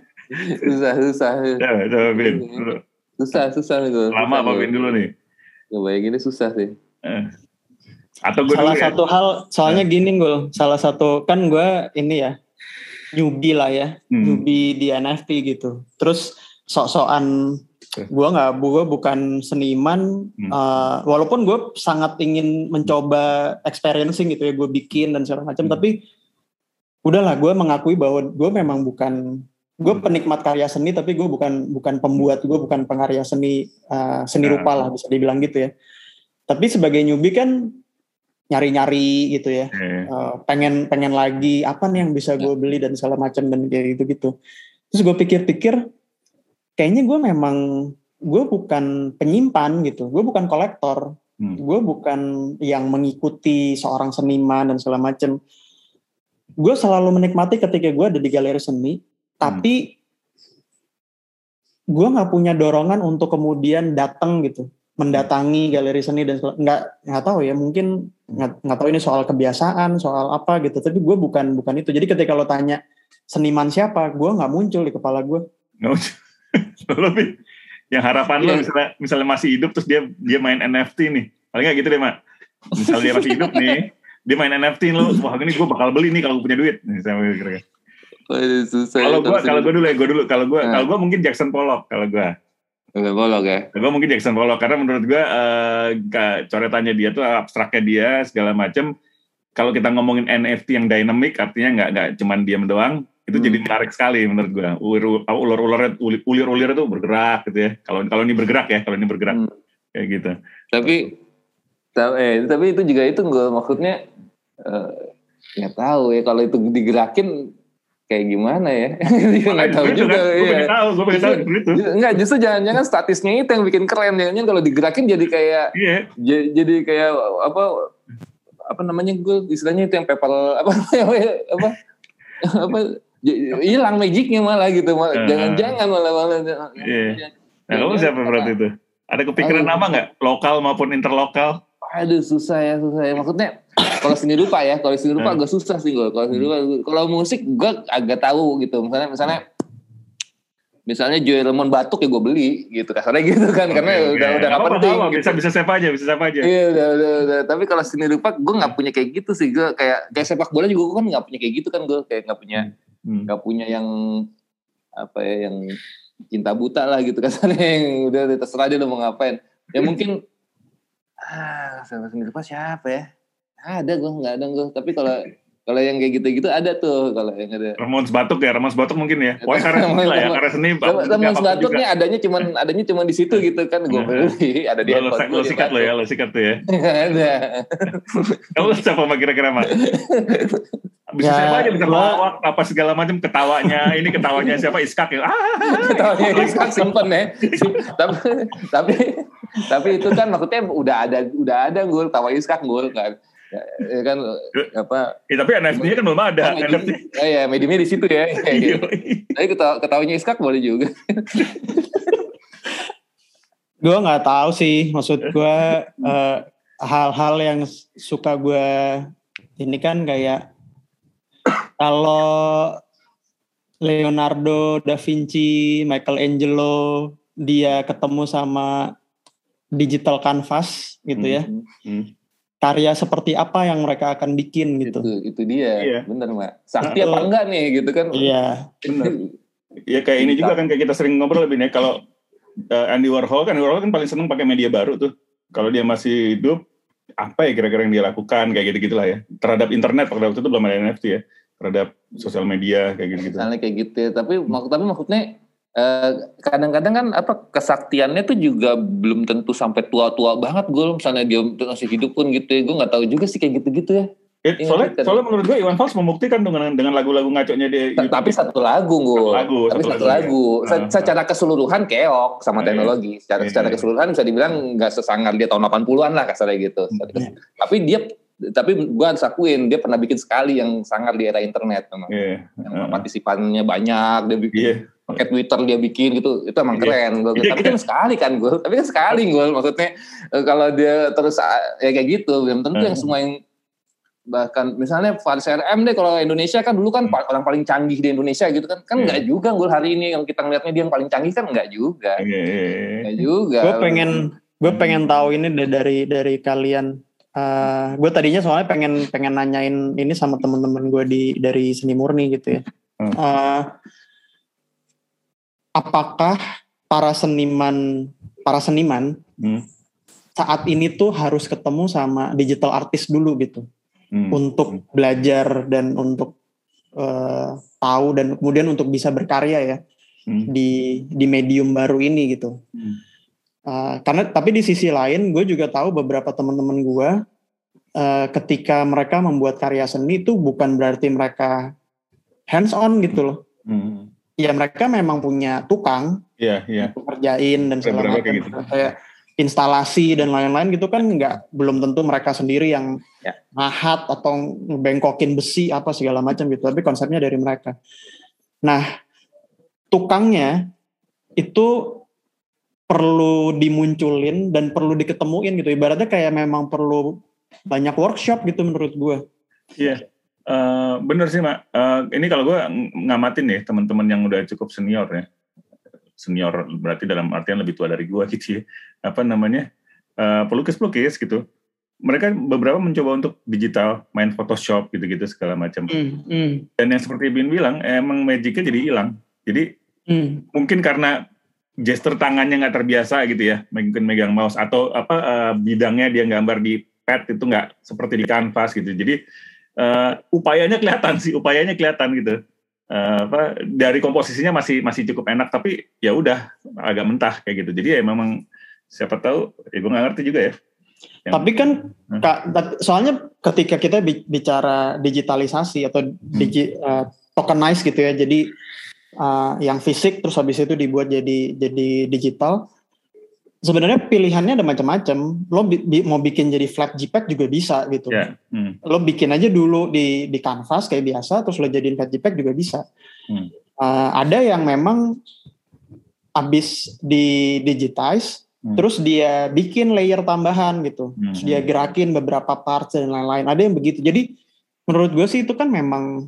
Coba Bin. Susah itu. Lama apa Bin dulu nih? Coba yang ini susah sih. Atau gue salah dulu satu hal, soalnya gini Gul, salah satu kan gue ini ya newbie lah ya, newbie di NFT gitu. Terus sok-sokan Gue bukan seniman, walaupun gue sangat ingin mencoba experiencing gitu ya, gue bikin dan segala macam, tapi udahlah, gue mengakui bahwa gue memang bukan, gue penikmat karya seni, tapi gue bukan pembuat, gue bukan pengarya seni rupa lah, bisa dibilang gitu ya. Tapi sebagai newbie kan nyari-nyari gitu ya, pengen lagi apa nih yang bisa gue beli dan segala macam dan kayak gitu. Terus gue pikir-pikir, kayaknya gue bukan penyimpan gitu, gue bukan kolektor, gue bukan yang mengikuti seorang seniman dan segala macam. Gue selalu menikmati ketika gue ada di galeri seni, tapi gue nggak punya dorongan untuk kemudian datang gitu, mendatangi galeri seni dan nggak tahu ya, mungkin nggak tahu ini soal kebiasaan, soal apa gitu. Tapi gue bukan itu. Jadi ketika lo tanya seniman siapa, gue nggak muncul di kepala gue. Lebih yang harapan lo misalnya masih hidup terus dia main NFT nih, paling nggak gitu deh Mak. Misalnya dia masih hidup nih, dia main NFT lo, wah ini gue bakal beli nih kalau gue punya duit. Kira-kira. Kalau gue mungkin Jackson Pollock kalau gue. Pollock ya. Gue mungkin Jackson Pollock karena menurut gue coretannya dia tuh, abstraknya dia segala macam. Kalau kita ngomongin NFT yang dynamic, artinya nggak cuman diam doang, itu jadi menarik sekali menurut gue. Ulir-ulir itu bergerak gitu ya. Kalau ini bergerak ya, kayak gitu. Tapi itu juga itu gue maksudnya nggak tahu ya kalau itu digerakin kayak gimana ya. Nggak tahu juga. Gue pengen tahu itu. Enggak, justru jangan-jangan statisnya itu yang bikin keren. Jangan-jangan kalau digerakin jadi kayak jadi kayak apa namanya, gue istilahnya itu yang paper apa hilang magicnya malah gitu. Jangan-jangan malah. Nah, kamu siapa berarti itu? Ada kepikiran nama nggak? Lokal maupun interlokal? Aduh, susah ya. Maksudnya kalau seni rupa agak susah sih gue. Kalau musik gue agak tahu gitu. Misalnya Joey Ramon batuk ya gue beli gitu, kasarnya gitu kan. Karena udah gak penting. Bisa siapa aja. Iya udah. Tapi kalau seni rupa gue nggak punya kayak gitu sih. Gue kayak sepak bola juga gue kan nggak punya kayak gitu kan. Gue kayak nggak punya yang apa ya, yang cinta buta lah gitu kasarnya, yang udah terserah dia mau ngapain. Ya mungkin seni rupa siapa ya? Nggak ada gue. Tapi kalau yang kayak gitu-gitu ada tuh. Kalau yang ada Ramon Batuk mungkin ya. Wah, karena seni. Ramon Batuknya adanya cuman di situ gitu kan. Gue beli, ada di handphone. Lo sikat tuh ya. Ada. Kamu siapa kira-kira Mak? Bisa siapa aja, bisa lawak apa segala macam, ketawanya siapa, Iskak ya. Ketawanya Iskak simpen ya. Tapi itu kan maksudnya udah ada gue tawa Iskak gue kan. Ya kan apa? Tapi NFT-nya kan belum ada. Ya, mediumnya di situ ya. Tapi ketawanya Iskak boleh juga. Gue nggak tahu sih, maksud gue hal-hal yang suka gue ini kan kayak kalau Leonardo da Vinci, Michelangelo, dia ketemu sama digital canvas gitu ya. Karya seperti apa yang mereka akan bikin gitu. Itu dia, bener Mak. Sakti apa enggak nih gitu kan. Iya. Bener. Ya kayak ini juga kan, kayak kita sering ngobrol lebih nih. Kalau Andy Warhol kan paling seneng pakai media baru tuh. Kalau dia masih hidup, apa ya kira-kira yang dia lakukan, kayak gitu-gitulah ya. Terhadap internet, pada waktu itu belum ada NFT ya. Terhadap sosial media, kayak gitu-gitu. Misalnya kayak gitu ya. Tapi maksudnya kadang-kadang kan kesaktiannya tuh juga belum tentu sampai tua-tua banget gue. Misalnya dia masih hidup pun gitu ya. Gue gak tahu juga sih kayak gitu-gitu ya. Soalnya menurut gue Iwan Fals membuktikan dengan lagu-lagu ngaconya dia. Tapi satu lagu gue. Satu lagu. Secara keseluruhan keok sama teknologi. Secara keseluruhan bisa dibilang gak sesangar dia tahun 80-an lah kasarnya gitu. Tapi gue harus akuin dia pernah bikin sekali yang sangar di era internet memang. Yang partisipannya banyak, dia bikin pakai Twitter dia bikin gitu, itu emang keren. Tapi kan sekali gue maksudnya kalau dia terus ya kayak gitu, belum tentu yang semua yang, bahkan misalnya Faris RM deh, kalau Indonesia kan dulu kan orang paling canggih di Indonesia gitu kan enggak juga gue hari ini yang kita ngeliatnya dia yang paling canggih kan enggak juga. Gue pengen tahu ini dari kalian. Gue tadinya soalnya pengen nanyain ini sama teman-teman gue dari Seni Murni gitu ya. Apakah para seniman saat ini tuh harus ketemu sama digital artist dulu gitu untuk belajar dan untuk tahu dan kemudian untuk bisa berkarya ya di medium baru ini gitu. Karena tapi di sisi lain gue juga tahu beberapa teman-teman gue ketika mereka membuat karya seni itu bukan berarti mereka hands on gitu loh. Ya mereka memang punya tukang untuk kerjain dan segala macam gitu. Kayak instalasi dan lain-lain gitu kan belum tentu mereka sendiri yang ngahat atau ngebengkokin besi apa segala macam gitu, tapi konsepnya dari mereka. Nah, tukangnya itu perlu dimunculin dan perlu diketemuin gitu. Ibaratnya kayak memang perlu banyak workshop gitu menurut gue. Iya. Bener sih, Mak. Ini kalau gue ngamatin nih teman-teman yang udah cukup senior ya. Senior berarti dalam artian lebih tua dari gue gitu ya. Pelukis-pelukis gitu. Mereka beberapa mencoba untuk digital, main Photoshop gitu-gitu segala macam. Dan yang seperti Bin bilang, emang magicnya jadi hilang. Jadi mungkin karena gesture tangannya nggak terbiasa gitu ya, mungkin megang mouse atau bidangnya dia gambar di pad itu nggak seperti di kanvas gitu. Jadi upayanya kelihatan gitu. Dari komposisinya masih cukup enak, tapi ya udah agak mentah kayak gitu. Jadi ya memang siapa tahu, gue nggak ngerti juga ya. Tapi kan soalnya ketika kita bicara digitalisasi atau tokenize gitu ya, jadi yang fisik terus habis itu dibuat jadi digital. Sebenarnya pilihannya ada macam-macam. Lo mau bikin jadi flat JPEG juga bisa gitu. Lo bikin aja dulu di kanvas kayak biasa, terus lo jadiin flat JPEG juga bisa. Ada yang memang abis di digitize, terus dia bikin layer tambahan gitu. Terus dia gerakin beberapa parts dan lain-lain. Ada yang begitu. Jadi menurut gue sih itu kan memang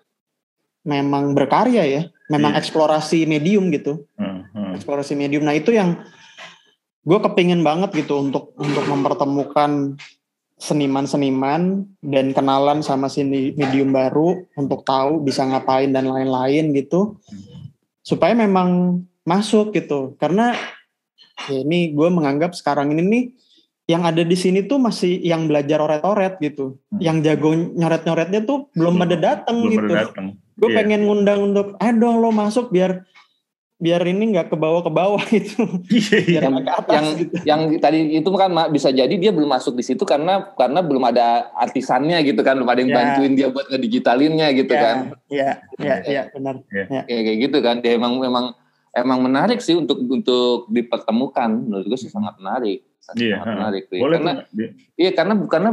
berkarya ya. Memang eksplorasi medium gitu. Eksplorasi medium. Nah itu yang gue kepingin banget gitu untuk mempertemukan seniman-seniman dan kenalan sama seni medium baru untuk tahu bisa ngapain dan lain-lain gitu. Supaya memang masuk gitu. Karena ya ini gue menganggap sekarang ini nih yang ada di sini tuh masih yang belajar oret-oret gitu. Yang jago nyoret-nyoretnya tuh belum pada datang gitu. Gue pengen ngundang untuk, dong lo masuk biar ini nggak ke bawah gitu. Biar ke atas gitu. Yang tadi itu kan bisa jadi dia belum masuk di situ karena belum ada artisannya gitu kan, belum ada yang bantuin dia buat ngedigitalinnya gitu kan. Iya benar. Kayak gitu kan. Dia emang menarik sih untuk dipertemukan. Menurut gue sih sangat menarik. Sangat menarik. Karena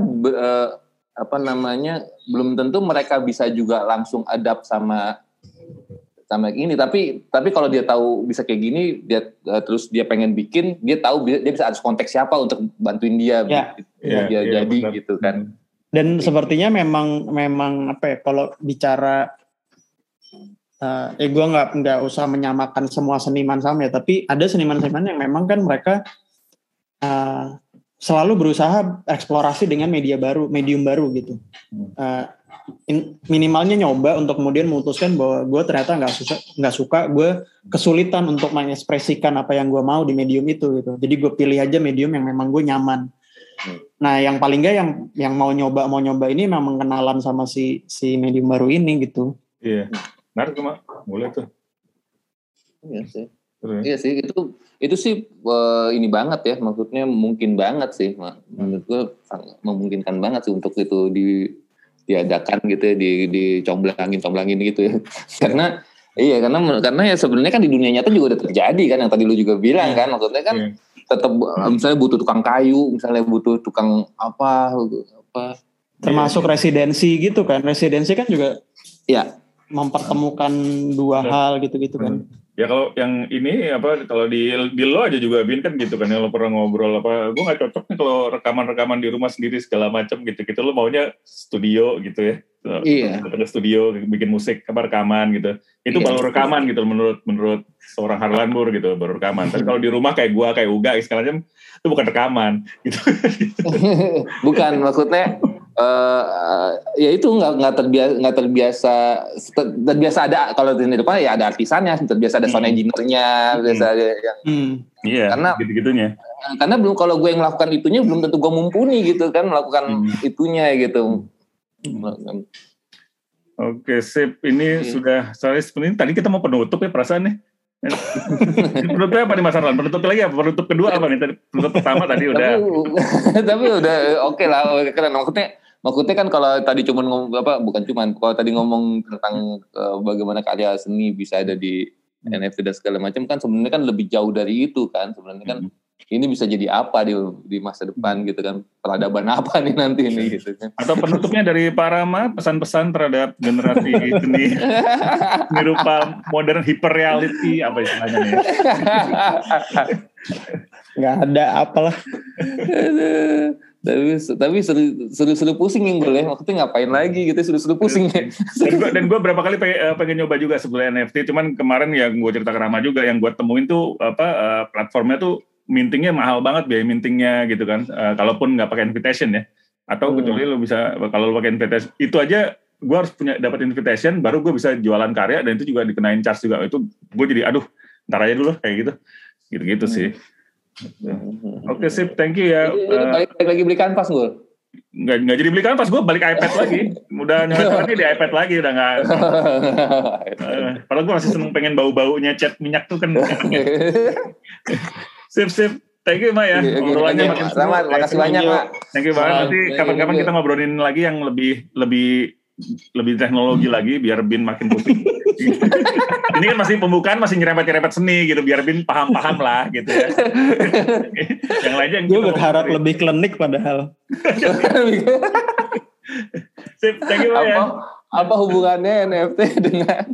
belum tentu mereka bisa juga langsung adapt sama ini, tapi kalau dia tahu bisa kayak gini, dia terus dia pengen bikin, dia tahu dia bisa harus konteks siapa untuk bantuin dia jadi benar. Gitu kan. Dan sepertinya memang kalau bicara gue nggak usah menyamakan semua seniman sama ya, tapi ada seniman-seniman yang memang kan mereka selalu berusaha eksplorasi dengan medium baru gitu. Minimalnya nyoba untuk kemudian memutuskan bahwa gue ternyata nggak suka, gue kesulitan untuk mengekspresikan apa yang gue mau di medium itu gitu. Jadi gue pilih aja medium yang memang gue nyaman. Nah yang paling nggak yang mau nyoba ini memang kenalan sama si medium baru ini gitu. Iya, menarik Mak, boleh tuh. Iya sih itu sih ini banget ya, maksudnya mungkin banget sih, menurut gue memungkinkan banget sih untuk itu diadakan gitu ya, dicomblangin gitu ya. Karena ya sebenarnya kan di dunia nyata juga udah terjadi kan, yang tadi lu juga bilang kan, maksudnya kan tetap misalnya butuh tukang kayu, misalnya butuh tukang apa termasuk residensi gitu kan. Residensi kan juga mempertemukan dua hal gitu-gitu kan. Ya kalau yang ini kalau di lo aja juga Bin kan gitu kan, lo pernah ngobrol gue nggak cocok nih kalau rekaman di rumah sendiri segala macam gitu lo maunya studio gitu ya. Datang ke studio bikin musik rekaman gitu, itu baru rekaman gitu menurut seorang Harlanbur gitu, baru rekaman. Tapi kalau di rumah kayak Uga segala macam itu bukan rekaman gitu. Bukan, maksudnya Ya itu nggak terbiasa ada kalau di depan ya ada artisannya, terbiasa ada sound engineer-nya, biasa ada yang karena gitu-gitunya. Karena belum, kalau gue yang melakukan itunya belum tentu gue mumpuni gitu kan melakukan itunya gitu. Oke, sip. Ini sudah sebenarnya tadi kita mau penutup ya perasaan nih. Penutupnya apa nih Mas Arlan? Penutup lagi apa? Penutup kedua apa nih? Penutup pertama tadi udah. Tapi udah oke lah. Maksudnya kan kalau tadi kalau tadi ngomong tentang bagaimana karya seni bisa ada di NFT dan segala macam kan sebenarnya kan lebih jauh dari itu kan sebenarnya kan. Ini bisa jadi apa di masa depan gitu kan, peradaban apa nih nanti ini gitu kan. Atau penutupnya dari Pak Rama, pesan-pesan terhadap generasi seni rupa modern hyperreality apa istilahnya nih? Nggak ada apalah. Tapi seru pusing yang boleh, maksudnya ngapain lagi gitu, seru pusing ya. Dan gue berapa kali pengen nyoba juga sebelum NFT, cuman kemarin ya gue cerita ke Rama juga yang gue temuin tuh platformnya tuh mintingnya mahal banget biaya mintingnya gitu kan, kalaupun nggak pakai invitation ya, atau kecuali lo bisa kalau lo pakai invitation itu aja gue harus dapat invitation baru gue bisa jualan karya dan itu juga dikenain charge juga, itu gue jadi aduh ntar aja dulu kayak gitu sih. Oke, sip, thank you ya. Balik lagi beli kanvas gue. Nggak jadi beli kanvas, gue balik iPad lagi. Udah nyoba di iPad lagi, udah nggak. Padahal gue masih seneng pengen bau-baunya cat minyak tuh kan. Sip. Thank you, Mak ya. Obrolannya makin seru. Makasih banyak, Mak. Thank you banget. Nanti kapan-kapan kita ngobrolin lagi yang lebih teknologi lagi biar Bin makin pusing. Ini kan masih pembukaan, masih nyerempet seni gitu, biar Bin paham lah gitu ya. Yang lainnya gue berharap lebih klinik padahal. Sip, thank you, Mak ya. Apa hubungannya NFT dengan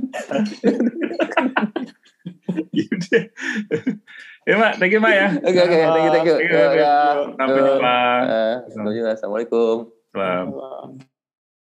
ya Mak, thank you Mak ya. Oke, thank you. Sampai jumpa. Assalamualaikum. Salam.